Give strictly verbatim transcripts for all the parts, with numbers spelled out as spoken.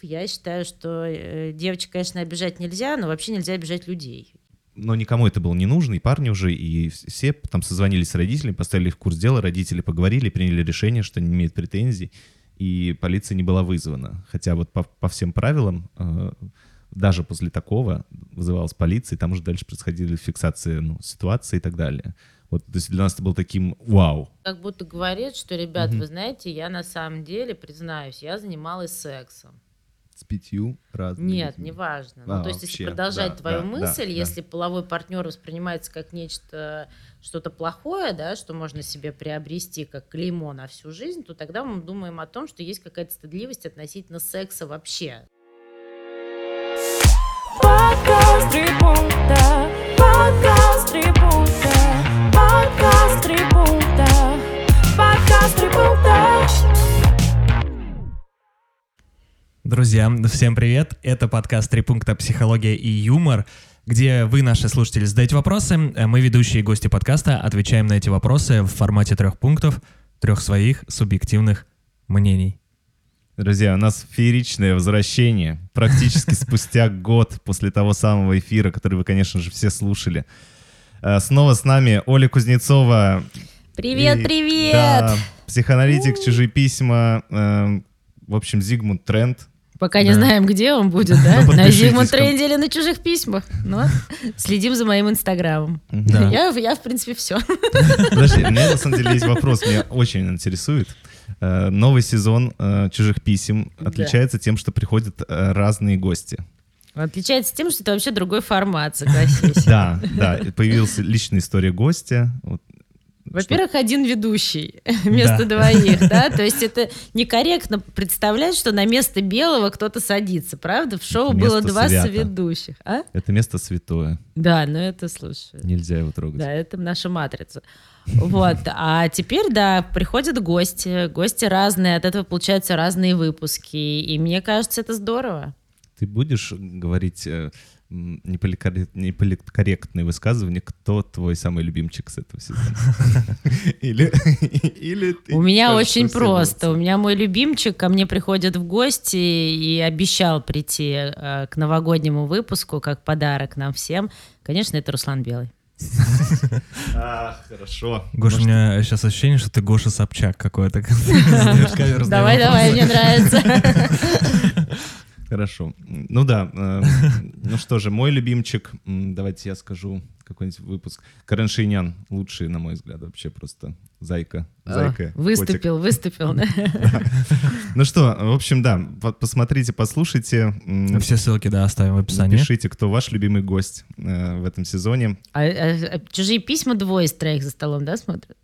Я считаю, что э, девочек, конечно, обижать нельзя, но вообще нельзя обижать людей. Но никому это было не нужно, и парни уже, и все там созвонились с родителями, поставили их в курс дела, родители поговорили, приняли решение, что они не имеют претензий, и полиция не была вызвана. Хотя вот по, по всем правилам, э, даже после такого вызывалась полиция, и там уже дальше происходили фиксации ну, ситуации и так далее. Вот, то есть для нас это было таким вау. Как будто говорит, что, ребят, Мгм. вы знаете, я на самом деле, признаюсь, я занималась сексом. С пятью разными Нет, людьми. неважно. А, ну, то есть, вообще, если продолжать да, твою да, мысль, да, если половой партнер воспринимается как нечто, что-то плохое, да, что можно себе приобрести как клеймо на всю жизнь, то тогда мы думаем о том, что есть какая-то стыдливость относительно секса вообще. Подкаст «Три пункта», подкаст «Три пункта», подкаст «Три пункта», подкаст «Три пункта». Друзья, всем привет! Это подкаст «Три пункта. Психология и юмор», где вы, наши слушатели, задаете вопросы. Мы, ведущие и гости подкаста, отвечаем на эти вопросы в формате трех пунктов, трех своих субъективных мнений. Друзья, у нас фееричное возвращение практически спустя год после того самого эфира, который вы, конечно же, все слушали. Э, Снова с нами Оля Кузнецова. Привет, И, привет! Да, психоаналитик, чужие письма, э, в общем, Зигмунд Тренд. Пока не Да. знаем, где он будет, да? Ну, На подпишитесь Зигмунд ко- Тренде или на чужих письмах. Но следим за моим инстаграмом. Да. Я, я, в принципе, все. Подожди, у меня на самом деле есть вопрос, меня очень интересует. Э, Новый сезон э, «Чужих писем» Да. отличается тем, что приходят э, разные гости. Отличается тем, что это вообще другой формат, согласись. Да, да, и появилась личная история гостя. Вот. Во-первых, один ведущий вместо Да. двоих, да, то есть это некорректно представлять, что на место белого кто-то садится, правда? В шоу Это было место два свято. соведущих, а? Это место святое, Да, ну это, слушай, нельзя его трогать. да, это наша матрица. Вот, а теперь, да, приходят гости, гости разные, от этого получаются разные выпуски, и мне кажется, это здорово. Ты будешь говорить э, м, неполикоррек- неполиткорректные высказывания, кто твой самый любимчик с этого сезона? Или или ты У меня скажешь, очень что все просто. У молодцы? меня мой любимчик ко мне приходит в гости и обещал прийти э, к новогоднему выпуску как подарок нам всем. Конечно, это Руслан Белый. А, хорошо. Гоша, у Может, меня сейчас ощущение, что ты Гоша Собчак какой-то. Задаешь кавер, задаешь Давай, давай, мне нравится. Хорошо. Ну да. э, Ну что же, мой любимчик, м, давайте я скажу какой-нибудь выпуск. Карен Шейнян, лучший, на мой взгляд, вообще просто зайка. Зайка. О, Выступил, выступил. да. котик. Ну что, в общем, да, по- посмотрите, послушайте. м, Все ссылки, да, оставим в описании. Напишите, кто ваш любимый гость э, в этом сезоне. А, а, а чужие письма двое из троих за столом, да, смотрят?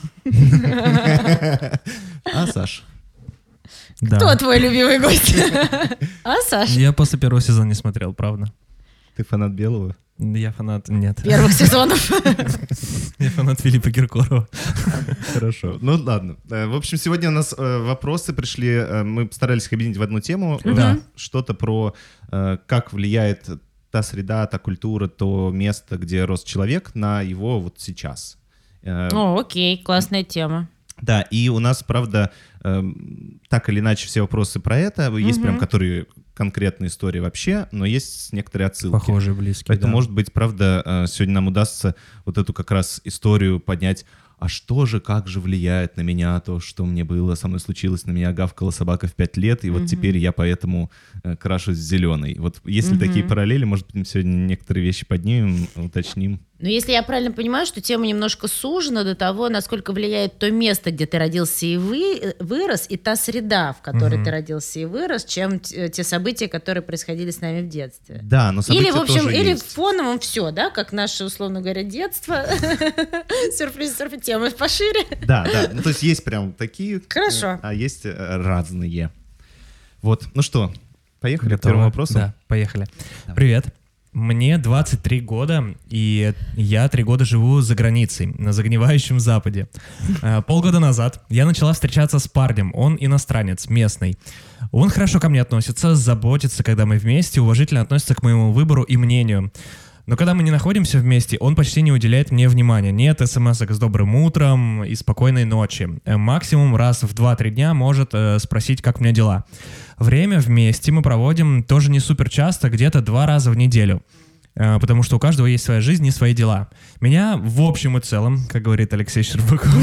А, Саш? Да. Кто твой любимый гость? А, Саш? Я после первого сезона не смотрел, правда. Ты фанат Белого? Я фанат... Нет. Первых сезонов. Я фанат Филиппа Киркорова. Хорошо. Ну ладно. Э, В общем, сегодня у нас э, вопросы пришли. э, Мы постарались их объединить в одну тему. Э, Да. Что-то про э, как влияет та среда, та культура, то место, где рос человек, на его вот сейчас. Э, О, окей, классная тема. Да, и у нас, правда, эм, так или иначе все вопросы про это. Есть Мгм. прям, которые конкретные истории вообще, но есть некоторые отсылки. Похожие, близкие, Поэтому, да. может быть, правда, э, сегодня нам удастся вот эту как раз историю поднять. А что же, как же влияет на меня то, что мне было, со мной случилось, на меня гавкала собака в пять лет, и вот Мгм. теперь я поэтому э, крашусь в зеленый. Вот если Мгм. такие параллели, может быть, мы сегодня некоторые вещи поднимем, уточним. Но если я правильно понимаю, что тема немножко сужена до того, насколько влияет то место, где ты родился и вы, вырос, и та среда, в которой Мгм. ты родился и вырос, чем т- те события, которые происходили с нами в детстве. Да, но события Или, в общем, тоже или есть. фоновым все, да, как наше, условно говоря, детство. Сюрприз, сюрприз, темы пошире. Да, да. Ну, то есть есть прям такие, Хорошо. э, а есть э, разные. Вот. Ну что, поехали к Готовы? первому вопросу? Да, поехали. Давай. Привет. Мне двадцать три года, и я три года живу за границей, на загнивающем Западе. Э, Полгода назад я начала встречаться с парнем, он иностранец, местный. Он хорошо ко мне относится, заботится, когда мы вместе, уважительно относится к моему выбору и мнению. Но когда мы не находимся вместе, он почти не уделяет мне внимания. Нет смс-ок с добрым утром и спокойной ночи. Э, максимум раз в два-три дня может э, спросить, как у меня дела. Время вместе мы проводим тоже не супер часто, где-то два раза в неделю. Потому что у каждого есть своя жизнь и свои дела. Меня в общем и целом, как говорит Алексей Щербаков,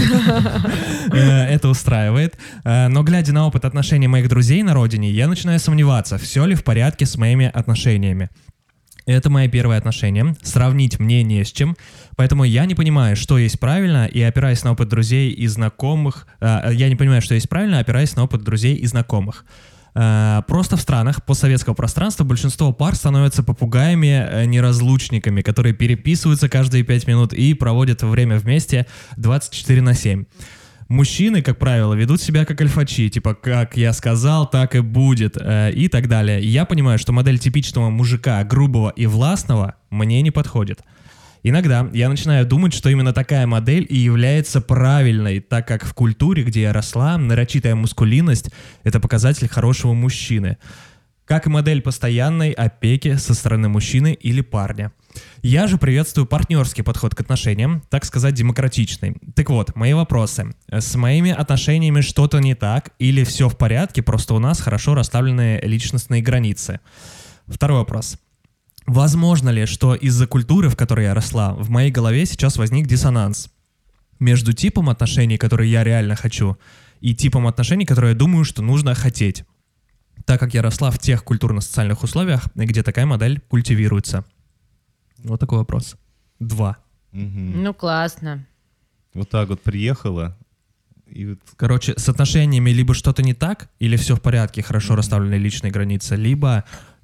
это устраивает. Но глядя на опыт отношений моих друзей на родине, я начинаю сомневаться, все ли в порядке с моими отношениями. Это мои первые отношения. Сравнить мне не с чем. Поэтому я не понимаю, что есть правильно, и опираясь на опыт друзей и знакомых... Я не понимаю, что есть правильно, опираясь на опыт друзей и знакомых. Просто в странах постсоветского пространства большинство пар становятся попугаями-неразлучниками, которые переписываются каждые пять минут и проводят время вместе двадцать четыре на семь. Мужчины, как правило, ведут себя как альфачи, типа «как я сказал, так и будет» э, и так далее. И я понимаю, что модель типичного мужика, грубого и властного, мне не подходит. Иногда я начинаю думать, что именно такая модель и является правильной, так как в культуре, где я росла, нарочитая мускулинность — это показатель хорошего мужчины. Как и модель постоянной опеки со стороны мужчины или парня. Я же приветствую партнерский подход к отношениям, так сказать, демократичный. Так вот, мои вопросы. С моими отношениями что-то не так или все в порядке, просто у нас хорошо расставлены личностные границы? Второй вопрос. Возможно ли, что из-за культуры, в которой я росла, в моей голове сейчас возник диссонанс между типом отношений, которые я реально хочу, и типом отношений, которые я думаю, что нужно хотеть, так как я росла в тех культурно-социальных условиях, где такая модель культивируется? Вот такой вопрос. Два. Угу. Ну, классно. Вот так вот приехала. И вот... Короче, с отношениями либо что-то не так, или все в порядке, хорошо mm-hmm. расставлены личные границы, либо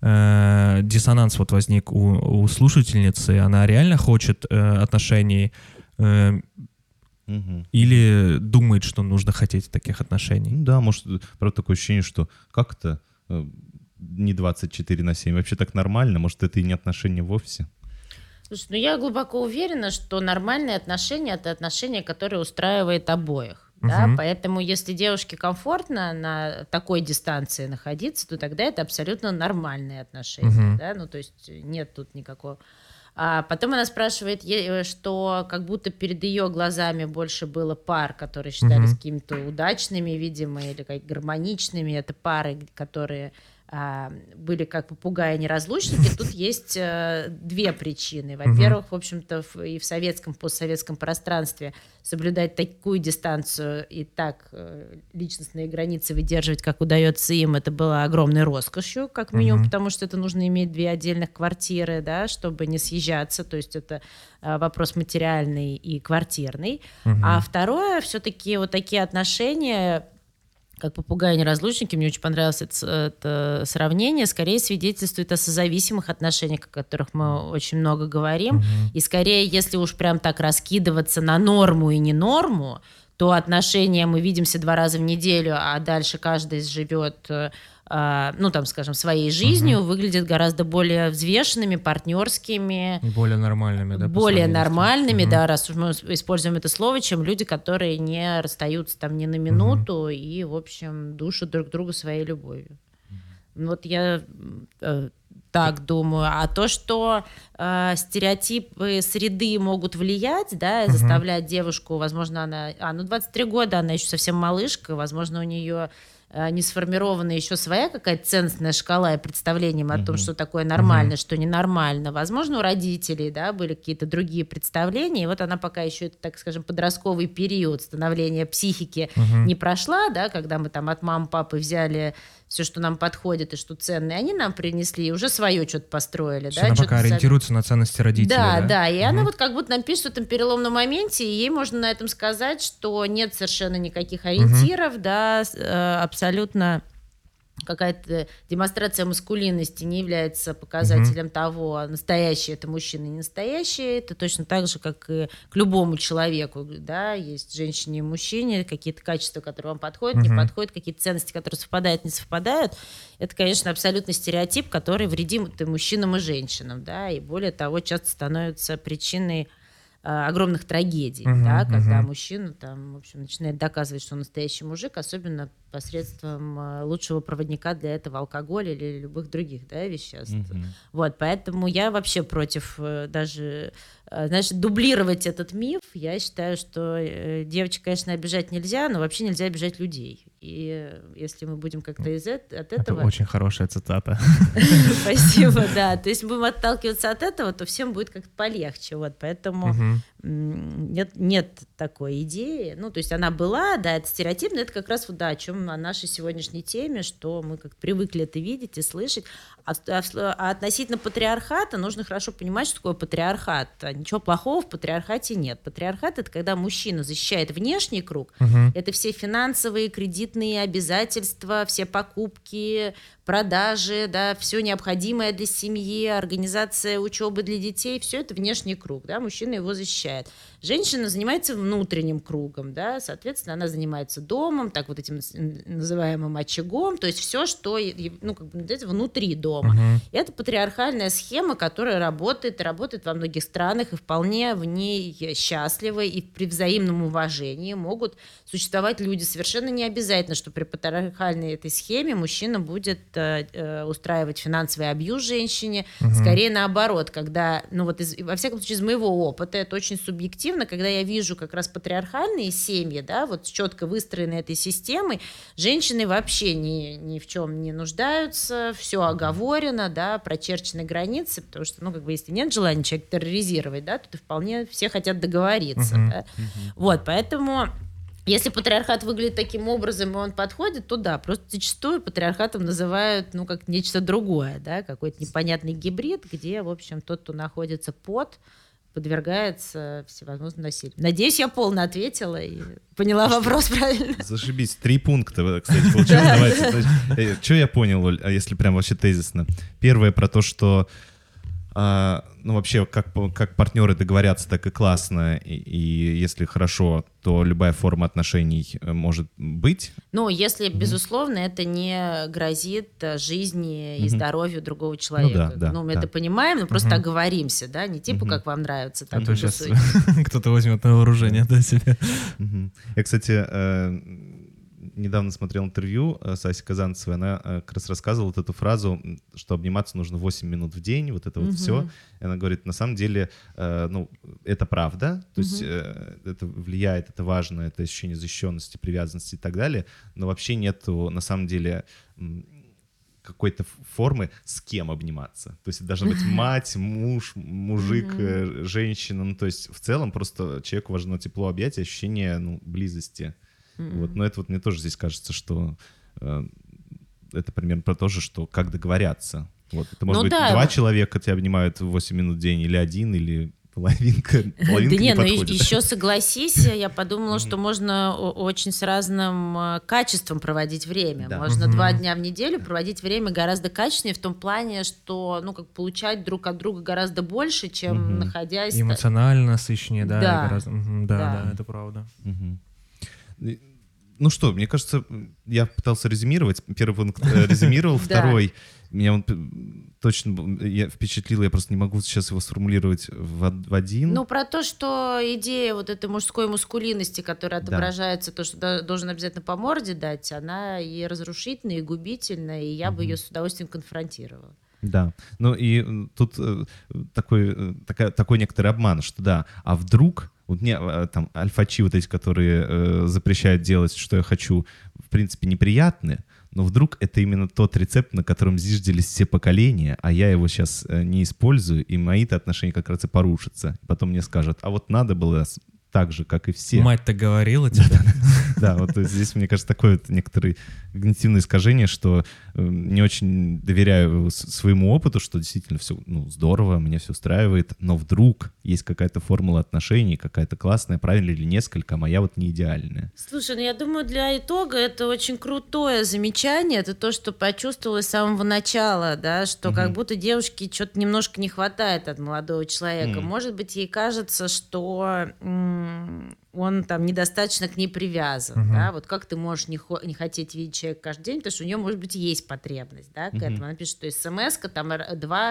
э, диссонанс вот возник у, у слушательницы, она реально хочет э, отношений э, mm-hmm. или думает, что нужно хотеть таких отношений. Ну да, может, правда, такое ощущение, что как-то э, не двадцать четыре на семь, вообще так нормально, может, это и не отношения вовсе. Слушай, ну я глубоко уверена, что нормальные отношения — это отношения, которые устраивают обоих. Да, uh-huh. поэтому если девушке комфортно на такой дистанции находиться, то тогда это абсолютно нормальные отношения, uh-huh. да, ну то есть нет тут никакого. А потом она спрашивает, что как будто перед ее глазами больше было пар, которые считались uh-huh. какими-то удачными, видимо, или как гармоничными. Это пары, которые а, были как попугаи-неразлучники. Тут есть а, две причины. Во-первых, uh-huh. в общем-то, в, и в советском, постсоветском пространстве соблюдать такую дистанцию и так э, личностные границы выдерживать, как удается им, это было огромной роскошью, как минимум, uh-huh. потому что это нужно иметь две отдельных квартиры, да, чтобы не съезжаться, то есть это э, вопрос материальный и квартирный. Uh-huh. А второе, все-таки вот такие отношения, как попугаи-неразлучники, мне очень понравилось это, это сравнение, скорее свидетельствует о созависимых отношениях, о которых мы очень много говорим. Uh-huh. И скорее, если уж прям так раскидываться на норму и не норму, то отношения мы видимся два раза в неделю, а дальше каждый живет, ну там, скажем, своей жизнью, uh-huh. выглядят гораздо более взвешенными, партнерскими. Более нормальными, да? Более нормальными, uh-huh. да, раз уж мы используем это слово, чем люди, которые не расстаются там ни на минуту uh-huh. и, в общем, душат друг друга своей любовью. Uh-huh. Вот я э, так думаю. А то, что э, стереотипы среды могут влиять, да, и uh-huh. заставлять девушку, возможно, она... А, ну, двадцать три года, она еще совсем малышка, возможно, у нее... не сформирована еще своя какая-то ценностная шкала и представление о том, uh-huh. что такое нормально, uh-huh. что ненормально. Возможно, у родителей, да, были какие-то другие представления, и вот она пока еще, так скажем, подростковый период становления психики uh-huh. не прошла, да, когда мы там от мамы, папы взяли все, что нам подходит и что ценное, они нам принесли, и уже свое что-то построили. Все, да, она что-то пока ориентируется на ценности родителей. Да, да, да, и угу. она вот как будто нам пишет в этом переломном моменте, и ей можно на этом сказать, что нет совершенно никаких ориентиров, угу. да, абсолютно какая-то демонстрация маскулинности не является показателем uh-huh. того, настоящий это мужчина, не настоящий. Это точно так же, как и к любому человеку, да, есть женщине и мужчине, какие-то качества, которые вам подходят, uh-huh. не подходят, какие-то ценности, которые совпадают, не совпадают. Это, конечно, абсолютный стереотип, который вредит и мужчинам, и женщинам, да, и более того, часто становится причиной огромных трагедий, Мгм, да, когда мгм. мужчина там, в общем, начинает доказывать, что он настоящий мужик, особенно посредством э, лучшего проводника для этого алкоголя или любых других, да, веществ. Мгм. Вот, поэтому я вообще против э, даже, э, знаешь, дублировать этот миф. Я считаю, что э, девочек, конечно, обижать нельзя, но вообще нельзя обижать людей. И э, если мы будем как-то из эт- от Это этого... очень хорошая цитата. Спасибо, да. То есть будем отталкиваться от этого, то всем будет как-то полегче. Вот, поэтому Мгм. м, нет, нет такой идеи. Ну, то есть она была, да, это стереотипно, это как раз вот, да, о чем о нашей сегодняшней теме, что мы как привыкли это видеть и слышать. А, а в- а относительно патриархата нужно хорошо понимать, что такое патриархат. А ничего плохого в патриархате нет. Патриархат — это когда мужчина защищает внешний круг, Мгм. это все финансовые, кредитные обязательства, все покупки, продажи, да, все необходимое для семьи, организация учебы для детей, все это внешний круг, да, мужчина его защищает. Женщина занимается внутренним кругом, да, соответственно, она занимается домом, так вот этим называемым очагом, то есть все, что, ну, как бы, знаете, внутри дома. Мгм. Это патриархальная схема, которая работает, и работает во многих странах, и вполне в ней счастливы, и при взаимном уважении могут существовать люди. Совершенно не обязательно, что при патриархальной этой схеме мужчина будет э, э, устраивать финансовый абьюз женщине. Мгм. Скорее наоборот, когда, ну вот, из- во всяком случае, из моего опыта, это очень субъективно, когда я вижу как раз патриархальные семьи, да, вот с четко выстроенной этой системой, женщины вообще ни, ни в чем не нуждаются, все оговорено, да, прочерчены границы, потому что, ну, как бы, если нет желания человека терроризировать, да, то вполне все хотят договориться, Мгм. да. Вот, поэтому если патриархат выглядит таким образом, и он подходит, то да, просто зачастую патриархатом называют, ну, как нечто другое, да, какой-то непонятный гибрид, где, в общем, тот, кто находится под, подвергается всевозможным насилию. Надеюсь, я полно ответила и поняла вопрос правильно. Зашибись. Три пункта, кстати, получилось. Давайте. Что я понял, Оль, а если прям вообще тезисно? Первое про то, что а, ну, вообще, как, как партнеры договорятся, так и классно. И, и если хорошо, то любая форма отношений э, может быть. Ну, если, безусловно, это не грозит э, жизни и Мгм. здоровью другого человека. да, да, ну, мы да. это понимаем, но просто Мгм. оговоримся, да, не типа, Мгм. как вам нравится, А так то и сейчас тусуйте. кто-то возьмет на вооружение, да, себе. Мгм. Я, кстати, э, недавно смотрел интервью э, с Асей Казанцевой, она э, как раз рассказывала вот эту фразу, м, что обниматься нужно восемь минут в день, вот это вот Мгм. все. И она говорит, на самом деле, э, ну, это правда, то есть Мгм. э, это влияет, это важно, это ощущение защищенности, привязанности и так далее, но вообще нету, на самом деле, м, какой-то ф- формы, с кем обниматься. То есть это должна быть мать, муж, мужик, Мгм. э, женщина. Ну, то есть в целом просто человеку важно тепло объятия, ощущение, ну, близости. Мгм. Вот. Но это вот мне тоже здесь кажется, что э, это примерно про то же, что как договорятся. Вот. Это может Ну быть да. два человека тебя обнимают в восемь минут в день, или один, или половинка. Половинка Да не не, ну подходит. еще согласись, я подумала, что можно о- очень с разным э, качеством проводить время. Да. Можно Мгм. два дня в неделю проводить время гораздо качественнее в том плане, что, ну, как получать друг от друга гораздо больше, чем Мгм. находясь... И эмоционально насыщеннее, да, и Да. гораздо- мгм, да, Да. да, это правда. Мгм. И- Ну что, мне кажется, я пытался резюмировать. Первый пункт э, резюмировал, Да. второй меня он п- точно б- я впечатлил, я просто не могу сейчас его сформулировать в, од- в один. Ну, про то, что идея вот этой мужской мускулинности, которая Да. отображается, то, что до- должен обязательно по морде дать, она и разрушительная, и губительная, и я бы Мгм. ее с удовольствием конфронтировала. Да, ну и м, тут э, такой, э, такая, такой некоторый обман, что да, а вдруг, вот мне э, там альфачи вот эти, которые э, запрещают делать, что я хочу, в принципе, неприятны, но вдруг это именно тот рецепт, на котором зиждились все поколения, а я его сейчас э, не использую, и мои-то отношения как раз и порушатся. Потом мне скажут, а вот надо было с- так же, как и все. Мать так говорила тебе. Да, вот здесь, мне кажется, такое вот некоторое когнитивное искажение, что э, не очень доверяю с- своему опыту, что действительно все, ну, здорово, меня все устраивает, но вдруг есть какая-то формула отношений, какая-то классная, правильная или несколько, а моя вот не идеальная. Слушай, ну я думаю, для итога это очень крутое замечание. Это то, что почувствовалось с самого начала, да, что Мгм. как будто девушке что-то немножко не хватает от молодого человека. М. Может быть, ей кажется, что м, он там недостаточно к ней привязан, Мгм. да, вот как ты можешь не, хо- не хотеть видеть человека каждый день, потому что у нее, может быть, есть потребность, да, к Мгм. этому. Она пишет, что смс-ка, там р- два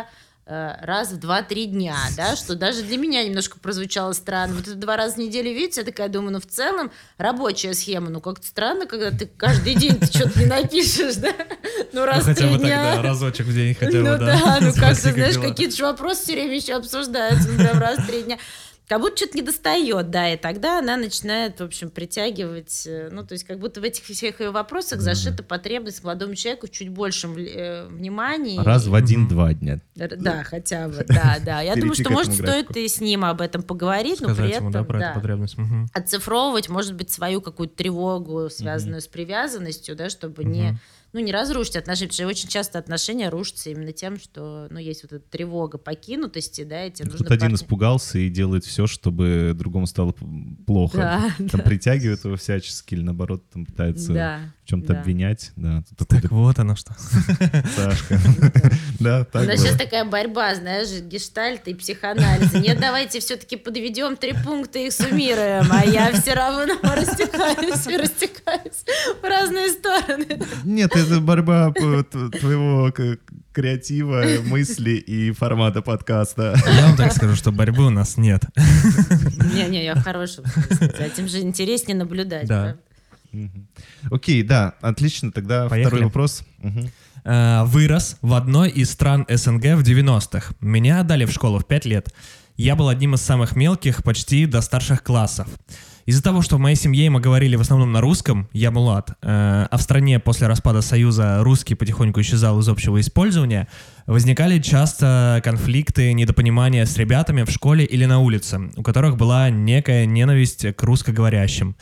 раз в два-три дня, да, что даже для меня немножко прозвучало странно. Вот это два раза в неделю, видите, я такая думаю, ну, в целом рабочая схема, ну, как-то странно, когда ты каждый день ты что-то не напишешь, да, ну, раз в три дня. Хотя бы тогда разочек в день хотя бы, ну, да. да, ну, как-то, знаешь, дела. какие-то же вопросы все время еще обсуждаются, ну, прям раз в три дня. Как будто что-то не достает, да, и тогда она начинает, в общем, притягивать, ну, то есть как будто в этих всех ее вопросах mm-hmm. зашита потребность к молодому человеку в чуть большем э, внимании. Раз в один-два mm-hmm. дня. Да, хотя бы, да, да. Я думаю, что, может, стоит и с ним об этом поговорить, но при этом, да, про эту потребность. Угу. Оцифровывать, может быть, свою какую-то тревогу, связанную mm-hmm. с привязанностью, да, чтобы mm-hmm. не... ну, не разрушить отношения, потому что очень часто отношения рушатся именно тем, что, ну, есть вот эта тревога покинутости, да, и тебе нужно... Тут один партнер... испугался и делает все, чтобы другому стало плохо. Да, там да. притягивает его всячески или, наоборот, там пытается да, в чем-то да. обвинять. Да, тут так вот оно что. Сашка. Да, так У нас сейчас такая борьба, знаешь, гештальта и психоанализа. Нет, давайте все-таки подведем три пункта и их суммируем, а я все равно растекаюсь и растекаюсь в разные стороны. Нет, это борьба твоего креатива, мысли и формата подкаста. Я вам так скажу, что борьбы у нас нет. Не-не, я в хорошем смысле. Этим же интереснее наблюдать. Да. Окей, да, отлично. Тогда Поехали. Второй вопрос. Угу. Вырос в одной из стран СНГ в девяностых. Меня отдали в школу в пять лет. Я был одним из самых мелких, почти до старших классов. Из-за того, что в моей семье мы говорили в основном на русском, я мулат, э, а в стране после распада Союза русский потихоньку исчезал из общего использования, возникали часто конфликты, недопонимания с ребятами в школе или на улице, у которых была некая ненависть к русскоговорящим.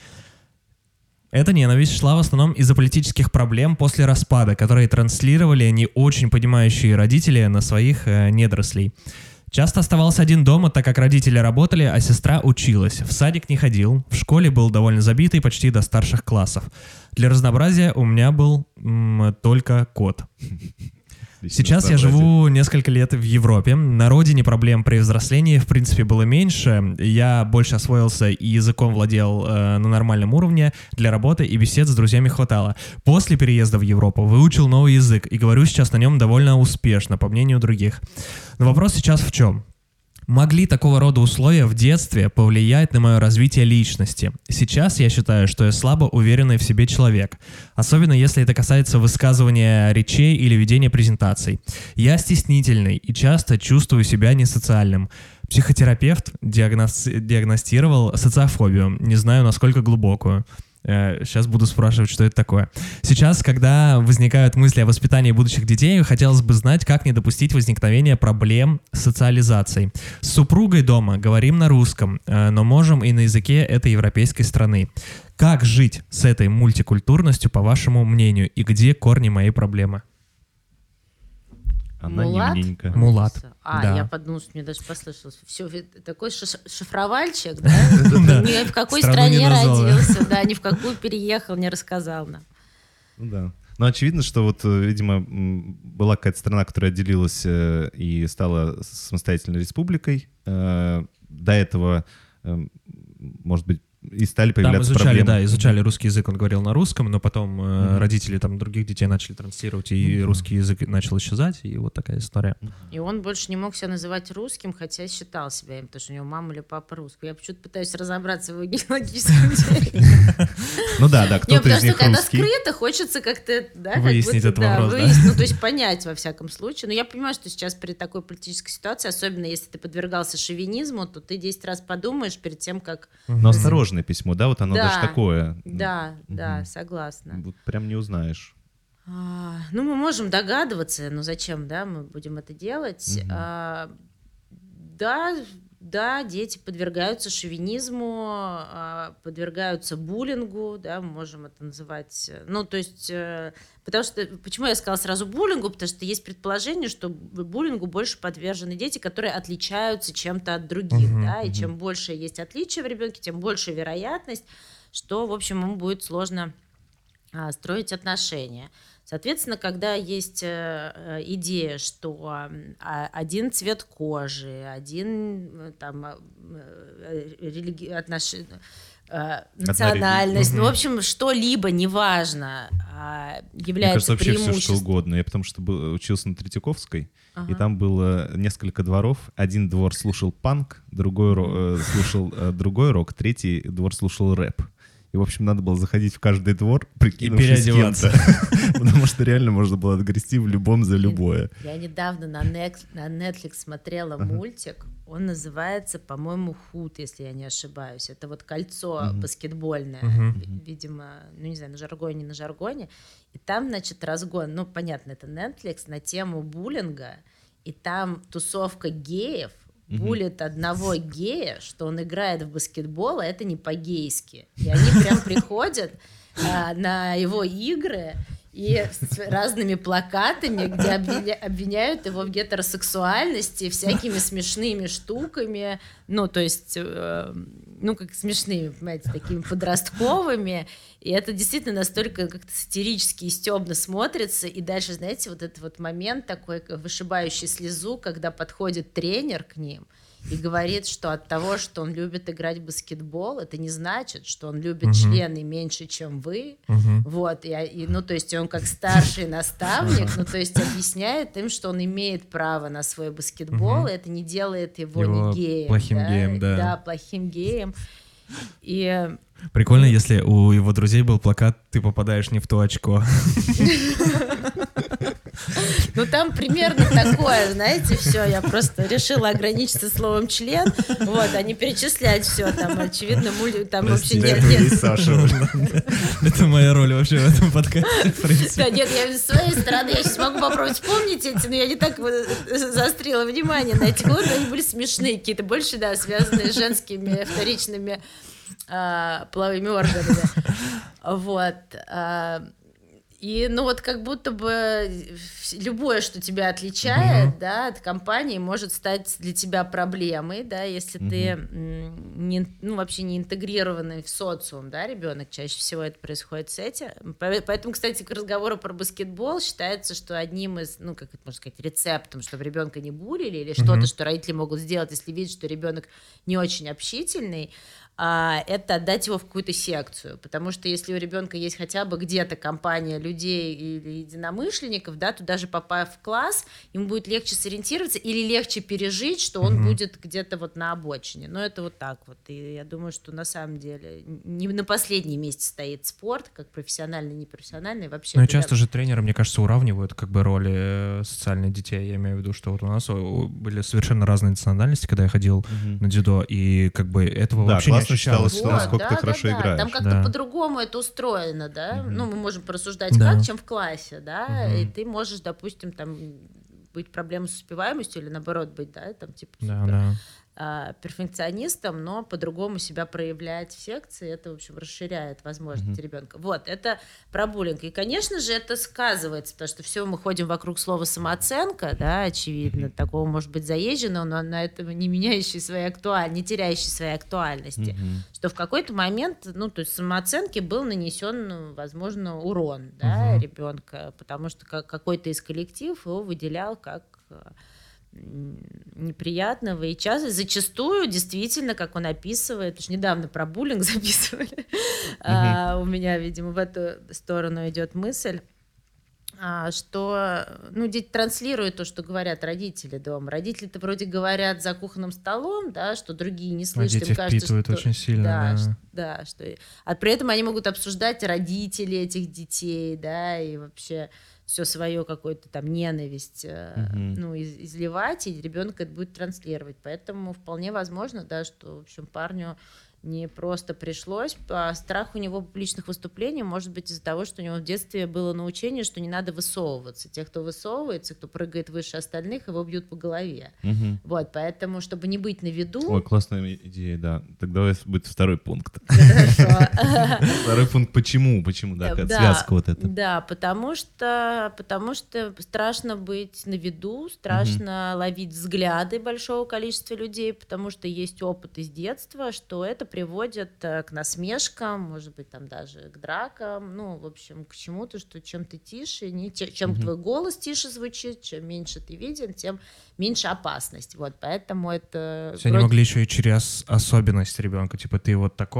Эта ненависть шла в основном из-за политических проблем после распада, которые транслировали не очень понимающие родители на своих э, недорослей. Часто оставался один дома, так как родители работали, а сестра училась. В садик не ходил, в школе был довольно забитый почти до старших классов. Для разнообразия у меня был м, только кот. Сейчас я живу несколько лет в Европе. На родине проблем при взрослении, в принципе, было меньше. Я больше освоился и языком владел э, на нормальном уровне. Для работы и бесед с друзьями хватало. После переезда в Европу выучил новый язык и говорю сейчас на нем довольно успешно, по мнению других. Но вопрос сейчас в чем? Могли такого рода условия в детстве повлиять на мое развитие личности? Сейчас я считаю, что я слабо уверенный в себе человек, особенно если это касается высказывания речей или ведения презентаций. Я стеснительный и часто чувствую себя несоциальным. Психотерапевт диагноз... диагностировал социофобию, не знаю, насколько глубокую. Сейчас буду спрашивать, что это такое. Сейчас, когда возникают мысли о воспитании будущих детей, хотелось бы знать, как не допустить возникновения проблем с социализацией. С супругой дома говорим на русском, но можем и на языке этой европейской страны. Как жить с этой мультикультурностью, по вашему мнению, и где корни моей проблемы? Анонимненько. Мулат. А, да. я подумала, что мне даже послышалось. Все, такой шифровальчик, да? Ни в какой стране родился, да, ни в какую переехал, не рассказал нам. Ну да. Ну, очевидно, что вот, видимо, была какая-то страна, которая отделилась и стала самостоятельной республикой. До этого, может быть, и стали появляться там изучали, проблемы. Да, изучали русский язык, он говорил на русском, но потом mm-hmm. э, родители там других детей начали транслировать, и mm-hmm. русский язык начал исчезать, и вот такая история. И он больше не мог себя называть русским, хотя считал себя им, потому что у него мама или папа русский. Я почему-то пытаюсь разобраться в его генеалогическом деле. Ну да, да, кто-то из них русский. Когда скрыто, хочется как-то... Выяснить этот вопрос, да? Ну, то есть понять, во всяком случае. Но я понимаю, что сейчас при такой политической ситуации, особенно если ты подвергался шовинизму, то ты десять раз подумаешь перед тем, как... Но осторожное письмо, да, вот оно да, даже такое. Да, угу. да, согласна. Вот прям не узнаешь. А, ну, мы можем догадываться, но зачем, да, мы будем это делать. Угу. А, да, да, дети подвергаются шовинизму, а, подвергаются буллингу, да, мы можем это называть. Ну, то есть, потому что, почему я сказала сразу буллингу, потому что есть предположение, что буллингу больше подвержены дети, которые отличаются чем-то от других, uh-huh, да, uh-huh. и чем больше есть отличия в ребенке, тем больше вероятность, что, в общем, ему будет сложно а, строить отношения. Соответственно, когда есть э, идея, что э, один цвет кожи, один там, э, религи... отнош... э, национальность, Одна ну, в общем, что-либо, неважно, а, Мне является кажется, вообще все что преимуществом. угодно. Я потому что был, учился на Третьяковской, Ага. и там было несколько дворов. Один двор слушал панк, другой ро- э, слушал э, другой рок, третий двор слушал рэп. И, в общем, надо было заходить в каждый двор, прикинувшись переодеваться. кем-то. Потому что реально можно было отгрести в любом за любое. Я недавно на Nex- на Netflix смотрела мультик, он называется, по-моему, «Худ», если я не ошибаюсь. Это вот кольцо Мгм. баскетбольное, Мгм. ви- видимо, ну не знаю, на жаргоне, не на жаргоне. И там, значит, разгон, ну понятно, это Netflix, на тему буллинга, и там тусовка геев Мгм. булит одного гея, что он играет в баскетбол, а это не по-гейски. И они прям приходят а, на его игры и с разными плакатами, где обвиня- обвиняют его в гетеросексуальности, всякими смешными штуками, ну, то есть, э, ну, как смешными, понимаете, такими подростковыми, и это действительно настолько как-то сатирически и стёбно смотрится, и дальше, знаете, вот этот вот момент такой, как вышибающий слезу, когда подходит тренер к ним и говорит, что от того, что он любит играть в баскетбол, это не значит, что он любит Мгм. члены меньше, чем вы. Мгм. Вот, и, и, ну, то есть он как старший наставник, ну, то есть объясняет им, что он имеет право на свой баскетбол, Мгм. и это не делает его, Его не геем. плохим да, геем, да. Да, плохим геем. И Прикольно, если у его друзей был плакат «Ты попадаешь не в то очко». ну там примерно такое, знаете, все, я просто решила ограничиться словом член, вот, а не перечислять все, там, очевидно, мули, там вообще Для нет, этого нет. есть Саша. Это моя роль вообще в этом подкасте, в принципе. Да, нет, я с своей стороны, я сейчас могу попробовать вспомнить эти, но я не так вот заострила внимание на этих вот, они были смешные какие-то, больше, да, связанные с женскими вторичными а, половыми органами. Вот. а, И, ну, вот как будто бы вс- любое, что тебя отличает, Мгм. да, от компании, может стать для тебя проблемой, да, если ты, м, не, ну, вообще не интегрированный в социум, да, ребенок, чаще всего это происходит с этим. По- Поэтому, кстати, к разговору про баскетбол считается, что одним из, ну, как это можно сказать, рецептом, чтобы ребенка не булили, или что-то, Мгм. что родители могут сделать, если видят, что ребенок не очень общительный, а, это отдать его в какую-то секцию, потому что если у ребенка есть хотя бы где-то компания людей или единомышленников, да, то даже попав в класс, ему будет легче сориентироваться или легче пережить, что он Мгм. будет где-то вот на обочине. Но это вот так вот. И я думаю, что на самом деле не на последнем месте стоит спорт, как профессиональный, непрофессиональный, вообще. Ну и это часто я- же тренеры, мне кажется, уравнивают как бы роли э, социальных детей. Я имею в виду, что вот у нас о, были совершенно разные национальности, когда я ходил на дзюдо, и как бы этого Да, вообще не классно ощущалось. считалось, что насколько ты хорошо играешь. Там как-то Да. по-другому это устроено, да. Мгм. Ну, мы можем порассуждать Да. как, чем в классе, да. Мгм. И ты можешь, допустим, там быть проблемой с успеваемостью или наоборот быть, да, там типа Да, супер, да. а, перфекционистом, но по-другому себя проявлять в секции, это, в общем, расширяет возможности ребенка. Вот, это про буллинг. И, конечно же, это сказывается, потому что все мы ходим вокруг слова самооценка, да, очевидно, такого может быть заезженного, но на этом не меняющий своей актуальности, не теряющий своей актуальности, Мгм. что в какой-то момент, ну, то есть самооценке был нанесен, ну, возможно, урон, да, Мгм. ребенка, потому что как- какой-то из коллективов его выделял как э, м, неприятного, и часто, зачастую, действительно, как он описывает, уж недавно про буллинг записывали, а, у меня, видимо, в эту сторону идет мысль, а, что, ну, дети транслируют то, что говорят родители дома. Родители-то вроде говорят за кухонным столом, да, что другие не А слышат, дети им кажется, впитывают что... очень сильно, да, да. ш- да, что... А при этом они могут обсуждать родителей этих детей, да, и вообще все свое какое-то там ненависть, э, Мгм. ну, из- изливать, и ребенок это будет транслировать. Поэтому вполне возможно, да, что, в общем, парню не просто пришлось, а страх у него публичных выступлений может быть из-за того, что у него в детстве было научение, что не надо высовываться. Те, кто высовывается, кто прыгает выше остальных, его бьют по голове. Мгм. Вот, поэтому, чтобы не быть на виду, Ой, классная идея, да. Тогда у вас будет второй пункт. хорошо. Второй пункт почему? Почему, да, Да, связка вот эта. Да, потому что, потому что страшно быть на виду, страшно ловить взгляды большого количества людей, потому что есть опыт из детства, что это приводит э, к насмешкам, может быть, там даже к дракам, ну, в общем, к чему-то, что чем ты тише, не, те- чем Мгм. твой голос тише звучит, чем меньше ты виден, тем меньше опасность. Вот, поэтому это... То есть они вроде- могли еще и через особенность ребенка, типа ты вот такой,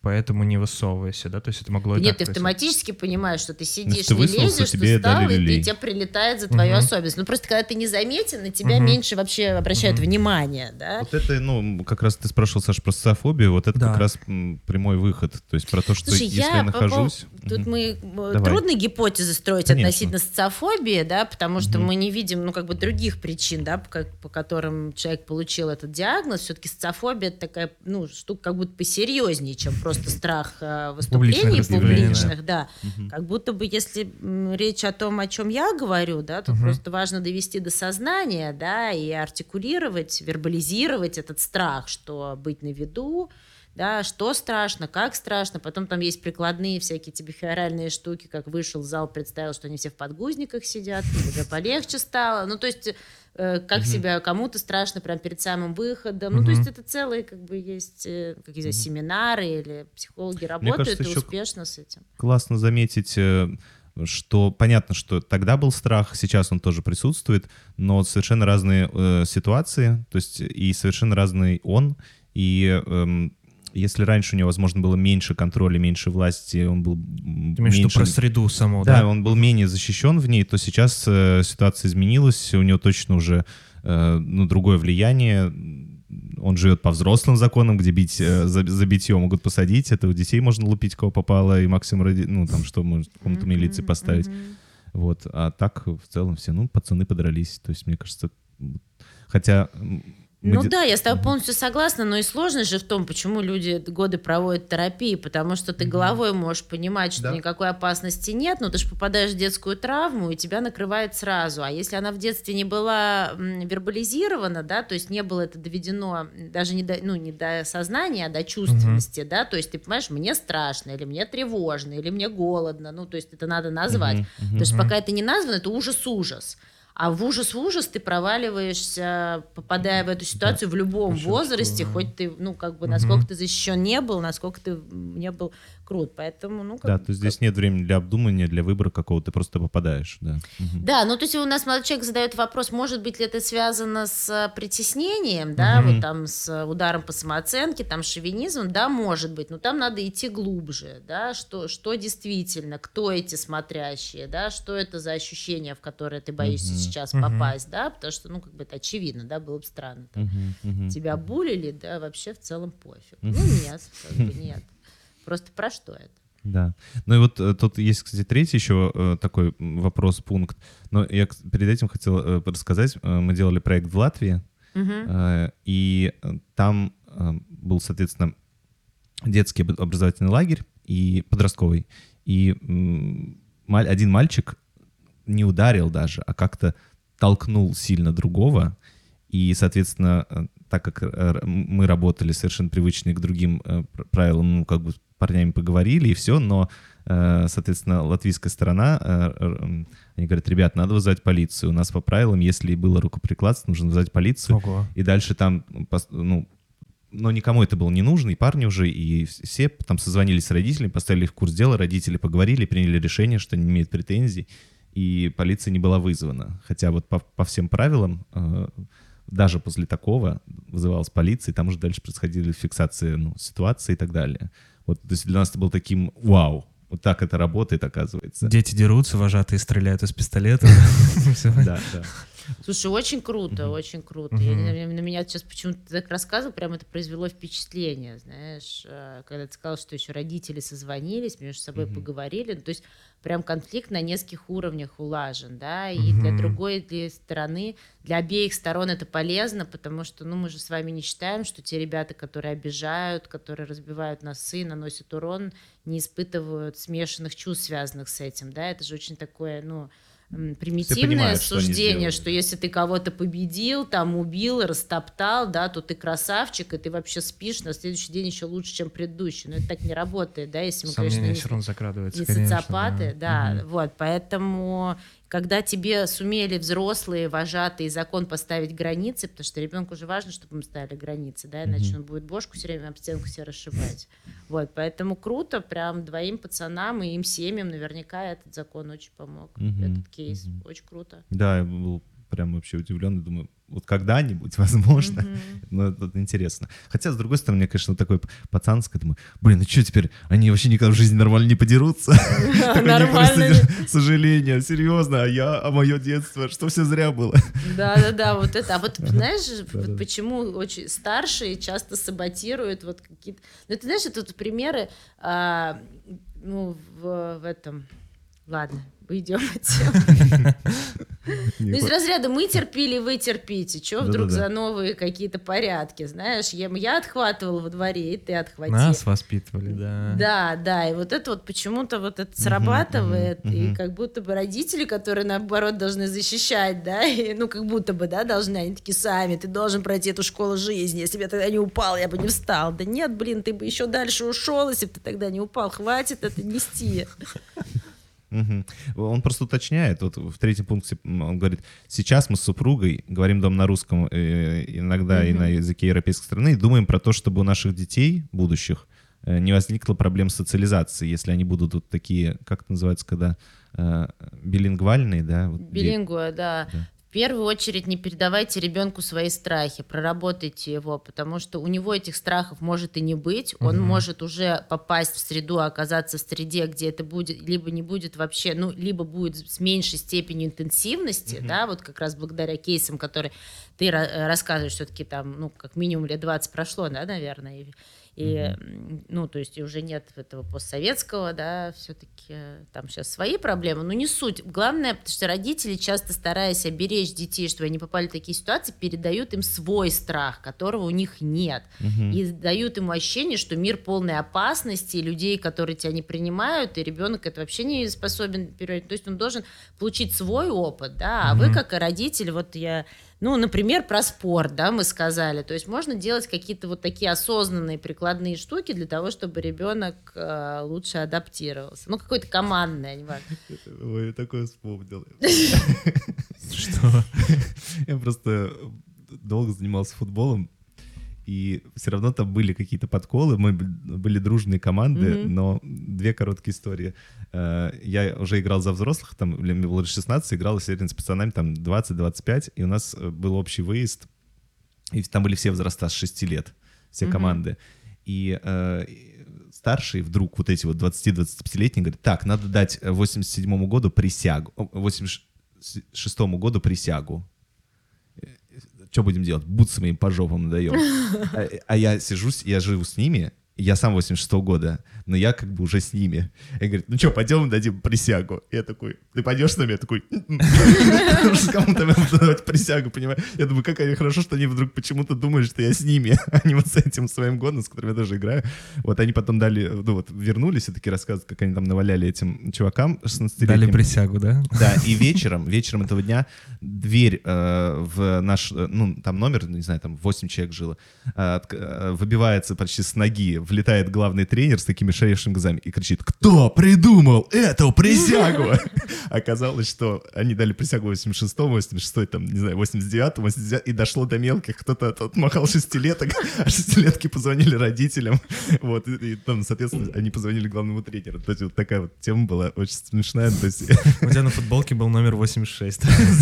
поэтому не высовывайся, да? То есть это могло и Нет, так ты происходить. автоматически понимаешь, что ты сидишь, ты не высунулся, лезешь, тебе ты встал, дали и люлей. тебе прилетает за твою Мгм. особенность. Ну, просто когда ты не заметен, на тебя Мгм. меньше вообще обращают Мгм. внимание, да? Вот это, ну, как раз ты спрашивал, Саша, про социофобию, вот это Да. как раз м, прямой выход. То есть про то, что Слушай, если я, я по поводу- нахожусь... Тут Мгм. мы э, Давай. трудно гипотезы строить Конечно. относительно социофобии, да, потому что Мгм. мы не видим, ну, как бы других причин, да, по, как- по которым человек получил этот диагноз. Все-таки социофобия это такая, ну, штука как будто посерьезнее, чем просто страх э, выступлений Публичных выступлений, публичных, да. Мгм. Как будто бы, если м, речь о том, о чем я говорю, да, то Мгм. просто важно довести до сознания, да, и артикулировать, вербализировать этот страх, что быть на виду, да, что страшно, как страшно. Потом там есть прикладные всякие тебе бихеоральные штуки, как вышел в зал, представил, что они все в подгузниках сидят, тебе полегче стало. Ну, то есть, э, как Мгм. себя кому-то страшно прям перед самым выходом. Ну, Мгм. то есть, это целые, как бы, есть э, какие-то семинары или психологи работают кажется, и еще успешно с этим. Классно заметить, э, что понятно, что тогда был страх, сейчас он тоже присутствует, но совершенно разные э, ситуации, то есть и совершенно разный он, и эм, если раньше у него, возможно, было меньше контроля, меньше власти, он был м, Ты имеешь в виду меньше... про среду саму, да? Да, он был менее защищен в ней, то сейчас э, ситуация изменилась, у него точно уже э, ну, другое влияние. Он живет по взрослым законам, где бить э, за, за битье могут посадить, это у детей можно лупить, кого попало, и максимум, ради- ну, там, что может в комнату милиции Мгм, поставить. мгм. Вот, а так в целом все, ну, пацаны подрались, то есть, мне кажется, хотя... м, мы Ну де- да, я с тобой полностью согласна, но и сложность же в том, почему люди годы проводят в терапии, потому что ты головой можешь понимать, что Да. никакой опасности нет, но ты же попадаешь в детскую травму, и тебя накрывает сразу. А если она в детстве не была м, вербализирована, да, то есть не было это доведено даже не до, ну, не до сознания, а до чувственности, да, то есть ты понимаешь, мне страшно, или мне тревожно, или мне голодно, ну, то есть это надо назвать. Мгм, мгм. Потому что пока это не названо, это ужас-ужас. А в ужас в ужас ты проваливаешься, попадая в эту ситуацию в любом Очень возрасте, здорово. хоть ты, ну, как бы, Мгм. насколько ты защищен не был, насколько ты не был крут. Поэтому, ну, как Да, бы, то есть здесь нет времени для обдумывания, для выбора какого-то, ты просто попадаешь, да. Мгм. Да, ну то есть у нас молодой человек задает вопрос, может быть ли это связано с а, притеснением, да, Мгм. вот там с ударом по самооценке, там шовинизмом, да, может быть, но там надо идти глубже, да, что, что действительно, кто эти смотрящие, да, что это за ощущения, в которые ты боишься Мгм. сейчас Мгм. попасть, да, потому что, ну, как бы это очевидно, да, было бы странно. там, Мгм, мгм. Тебя булили, да, вообще в целом пофиг. Мгм. Ну нет, как бы нет. Просто про что это? Да. Ну и вот э, тут есть, кстати, третий еще э, такой м, вопрос, пункт. Но я к- перед этим хотел э, рассказать. Э, мы делали проект в Латвии, Мгм. э, и э, там э, был, соответственно, детский об- образовательный лагерь и подростковый. И м, маль- один мальчик не ударил даже, а как-то толкнул сильно другого. И, соответственно, э, так как э, р- мы работали совершенно привычные к другим э, пр- правилам, ну, как бы с парнями поговорили и все, но, э, соответственно, латвийская сторона, э, р- м, они говорят, ребят, надо вызывать полицию. У нас по правилам, если было рукоприкладство, нужно вызвать полицию. Ого. И дальше там, м, пос- ну, но никому это было не нужно, и парни уже, и вс- все там созвонились с родителями, поставили их в курс дела, родители поговорили, приняли решение, что они не имеют претензий, и полиция не была вызвана. Хотя вот по, по всем правилам, э, даже после такого вызывалась полиция, и там уже дальше происходили фиксации, ну, ситуации и так далее. Вот, то есть для нас это был таким вау, вот так это работает, оказывается. Дети дерутся, вожатые стреляют из пистолета. Всё. Да, да. Слушай, очень круто, Мгм. очень круто. Мгм. Я не знаю, на меня сейчас почему-то ты так рассказывал, прям это произвело впечатление, знаешь, э, когда ты сказал, что еще родители созвонились, между собой Мгм. поговорили, ну, то есть прям конфликт на нескольких уровнях улажен, да, и для Мгм. другой для стороны, для обеих сторон это полезно, потому что, ну, мы же с вами не считаем, что те ребята, которые обижают, которые разбивают носы, наносят урон, не испытывают смешанных чувств, связанных с этим, да, это же очень такое, ну, м, примитивное понимают, что они суждение, сделали, что да. если ты кого-то победил, там убил, растоптал, да, то ты красавчик, и ты вообще спишь на следующий день еще лучше, чем предыдущий. Но это так не работает, да, если мы, конечно, Сомнения не, все равно закрадываются, не конечно, социопаты, да, Мгм. вот, поэтому когда тебе сумели взрослые, вожатые закон поставить границы, потому что ребенку же важно, чтобы мы ставили границы, да, иначе Мгм. он будет бошку все время об стенку себе расшибать. Вот, поэтому круто, прям двоим пацанам и им семьям наверняка этот закон очень помог, Мгм, этот кейс, мгм. очень круто. Да, был прям вообще удивлен и думаю, вот когда-нибудь, возможно, Мгм. но это интересно. Хотя, с другой стороны, мне, конечно, вот такой пацанский, думаю, блин, ну что теперь, они вообще никогда в жизни нормально не подерутся? Такой, не, Нормально. просто, сожаление, серьезно, а я, а мое детство, что все зря было. Да-да-да, вот это. А вот знаешь, Да-да. вот почему очень старшие часто саботируют вот какие-то... Ну, ты знаешь, это вот примеры, а, ну, в, в этом... Ладно, уйдем от темы. Ну, из разряда мы терпели, вы терпите. Чего вдруг Да-да-да. за новые какие-то порядки, знаешь? Я, я отхватывала во дворе, и ты отхвати. Нас воспитывали, да. Да, да, и вот это вот почему-то вот это срабатывает, мгм, и мгм. как будто бы родители, которые наоборот должны защищать, да, и, ну как будто бы, да, должны, они такие сами, ты должен пройти эту школу жизни, если бы я тогда не упал, я бы не встал. Да нет, блин, ты бы еще дальше ушел, если бы ты тогда не упал, хватит это нести. Мгм. Он просто уточняет, вот в третьем пункте м, он говорит, сейчас мы с супругой говорим дома на русском, э, иногда и Мгм. на языке европейской страны, и думаем про то, чтобы у наших детей будущих э, не возникло проблем с социализацией, если они будут вот такие, как это называется, когда э, билингвальные, да? вот де- Билингва, да. Да. В первую очередь не передавайте ребенку свои страхи, проработайте его, потому что у него этих страхов может и не быть, он Мгм. может уже попасть в среду, оказаться в среде, где это будет, либо не будет вообще, ну, либо будет с меньшей степенью интенсивности, Мгм. да, вот как раз благодаря кейсам, которые ты ра- рассказываешь, все-таки там, ну, как минимум лет двадцать прошло, да, наверное, и, и, м, ну, то есть и уже нет этого постсоветского, да, все-таки там сейчас свои проблемы, но не суть. Главное, потому что родители, часто стараясь оберечь детей, чтобы они попали в такие ситуации, передают им свой страх, которого у них нет. Мгм. И дают ему ощущение, что мир полной опасности, и людей, которые тебя не принимают, и ребенок это вообще не способен переварить. То есть он должен получить свой опыт, да, а вы Мгм. как родитель, вот я, ну, например, про спорт, да, мы сказали, то есть можно делать какие-то вот такие осознанные прикладные штуки для того, чтобы ребенок э, лучше адаптировался. Ну, какое-то командное, неважно. Ой, я такое вспомнил. Что? Я просто долго занимался футболом, и все равно там были какие-то подколы, мы б- были дружные команды, Мгм. но две короткие истории. Э, Я уже играл за взрослых, там мне было лет шестнадцать, играл серьезно с пацанами, там двадцать-двадцать пять, и у нас э, был общий выезд, и там были все возраста с шести лет, все Мгм. команды. И э, и старшие вдруг, вот эти вот двадцати-двадцатипятилетние, говорят, так, надо дать восемьдесят седьмому году присягу, о, восемьдесят шестому году присягу. Что будем делать? Бутсами им по жопам надаем. А, а я сижу, с- я живу с ними, я сам восемьдесят шестого года, но я как бы уже с ними. И говорит, ну что, пойдем дадим присягу. Я такой, ты пойдешь с нами? Я такой, потому что кому-то надо давать присягу, понимаешь? Я думаю, как они хорошо, что они вдруг почему-то думают, что я с ними, а не вот с этим своим годом, с которым я тоже играю. Вот они потом дали, ну вот, вернулись и такие рассказывают, как они там наваляли этим чувакам шестнадцатилетним. Дали присягу, да? Да, и вечером, вечером этого дня дверь э, в наш, э, ну, там номер, не знаю, там восемь человек жило, э, отк- э, выбивается почти с ноги, влетает главный тренер с такими шеющими глазами и кричит, кто придумал эту присягу? Оказалось, что они дали присягу в восемьдесят шестом, восемьдесят шестом, там, не знаю, восемьдесят девятом, восемьдесят девятом, и дошло до мелких, кто-то от- отмахал шестилеток, а шестилетки позвонили родителям, вот, и, и там, соответственно, они позвонили главному тренеру. То есть вот такая вот тема была очень смешная, то есть... У тебя на футболке был номер восемьдесят шесть.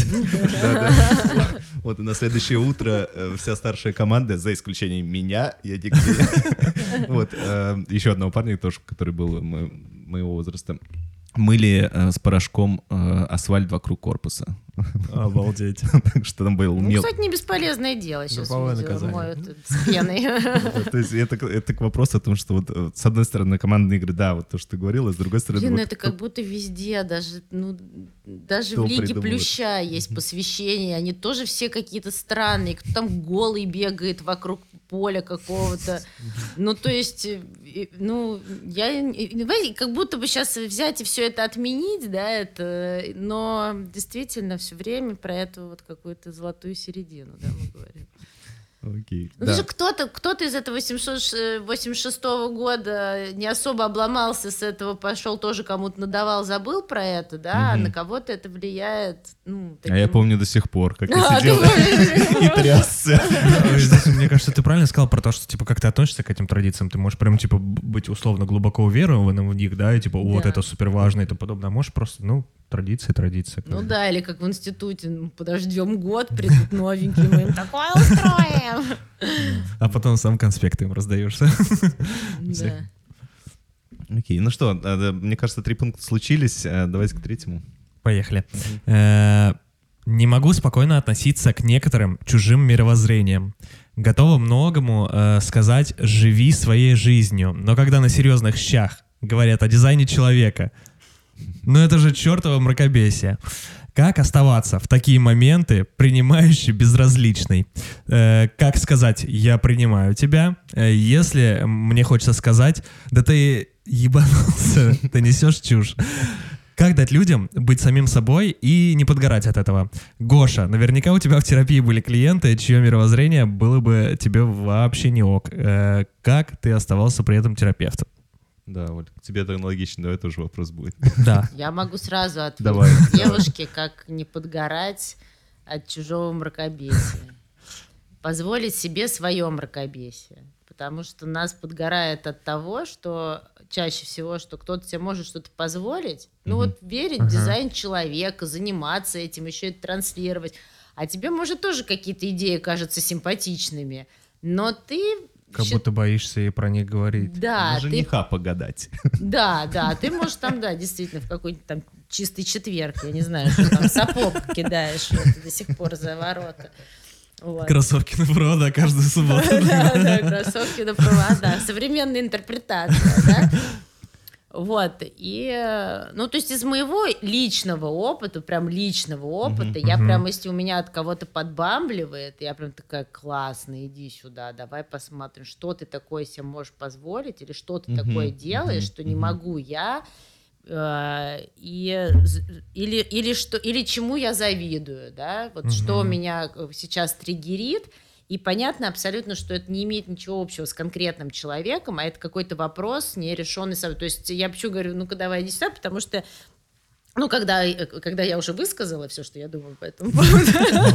Да-да. Вот, и на следующее утро э, вся старшая команда, за исключением меня, я нигде. Вот, э, еще одного парня тоже, который был мо- моего возраста, мыли э, с порошком э, асфальт вокруг корпуса. Обалдеть. Так что там был Ну, мел. кстати, не бесполезное дело. Сейчас Групповое видела, наказание. моют это с пеной. То есть это, к- это к вопросу о том, что вот э, с одной стороны командные игры, да, вот то, что ты говорила, с другой стороны... Блин, вот это как будто везде, даже, ну, даже Кто в Лиге придумал Плюща есть посвящения, они тоже все какие-то странные, кто там голый бегает вокруг поля какого-то. Ну, то есть, э, и- ну, я, и- понимаете, как будто бы сейчас взять и все это отменить, да, это, но действительно все время про эту вот какую-то золотую середину, да, мы говорим. Окей. Ну, Да. даже кто-то, кто-то из этого восемьдесят шестого года не особо обломался с этого, пошел тоже кому-то надавал, забыл про это, да, а Мгм. на кого-то это влияет, ну, А я таким- помню до сих пор, как А, я ты сидел помнишь? и трясся. Ой, здесь, мне кажется, ты правильно сказал про то, что, типа, как ты относишься к этим традициям. Ты можешь прям, типа, б- быть условно глубоко уверенным в них, да, и, типа, вот, Да. это супер важно и тому подобное. А можешь просто, ну, традиция, традиция. Ну да, или как в институте, ну, подождем год, придут новенькие, мы им такое устроим. А потом сам конспекты им раздаешься. Да. Окей, ну что, а, да, мне кажется, три пункта случились. а, Давайте к третьему. Поехали. Э, Не могу спокойно относиться к некоторым чужим мировоззрениям. Готова многому э, сказать «живи своей жизнью», но когда на серьезных щах говорят о дизайне человека, ну это же чертово мракобесие. Как оставаться в такие моменты принимающий безразличный? Э, как сказать «я принимаю тебя», э, если мне хочется сказать «да ты ебанулся, ты несешь чушь». Как дать людям быть самим собой и не подгорать от этого? Гоша, наверняка у тебя в терапии были клиенты, чье мировоззрение было бы тебе вообще не ок. Э, как ты оставался при этом терапевтом? Да, Оль, к тебе это аналогично, давай тоже вопрос будет. Да. Я могу сразу ответить Давай, девушке, как не подгорать от чужого мракобесия. Позволить себе свое мракобесие. Потому что нас подгорает от того, что чаще всего, что кто-то тебе может что-то позволить. Ну вот верить в дизайн человека, заниматься этим, еще это транслировать. А тебе, может, тоже какие-то идеи кажутся симпатичными. Но ты... Как счит- будто боишься и про них говорить. Да, На ты жениха погадать. Да, да, ты можешь там, да, действительно, в какой-нибудь там чистый четверг, я не знаю, что там, сапог кидаешь вот, до сих пор за ворота. Вот. Кроссовки на провода каждую субботу. Да, да, кроссовки на провода. Современная интерпретация, да? Вот, и, э, ну, то есть из моего личного опыта, прям личного опыта, я мгм. прям, если у меня от кого-то подбамбливает, я прям такая, классно, иди сюда, давай посмотрим, что ты такое себе можешь позволить, или что ты Мгм, такое делаешь, мгм, что не мгм. могу я, э, и, з- или, или, что, или чему я завидую, да, вот что Мгм. меня э, сейчас триггерит. И понятно абсолютно, что это не имеет ничего общего с конкретным человеком, а это какой-то вопрос нерешенный. сам- То есть я почему говорю, ну-ка давай иди сюда, потому что, ну, когда, э, когда я уже высказала все, что я думаю по этому поводу,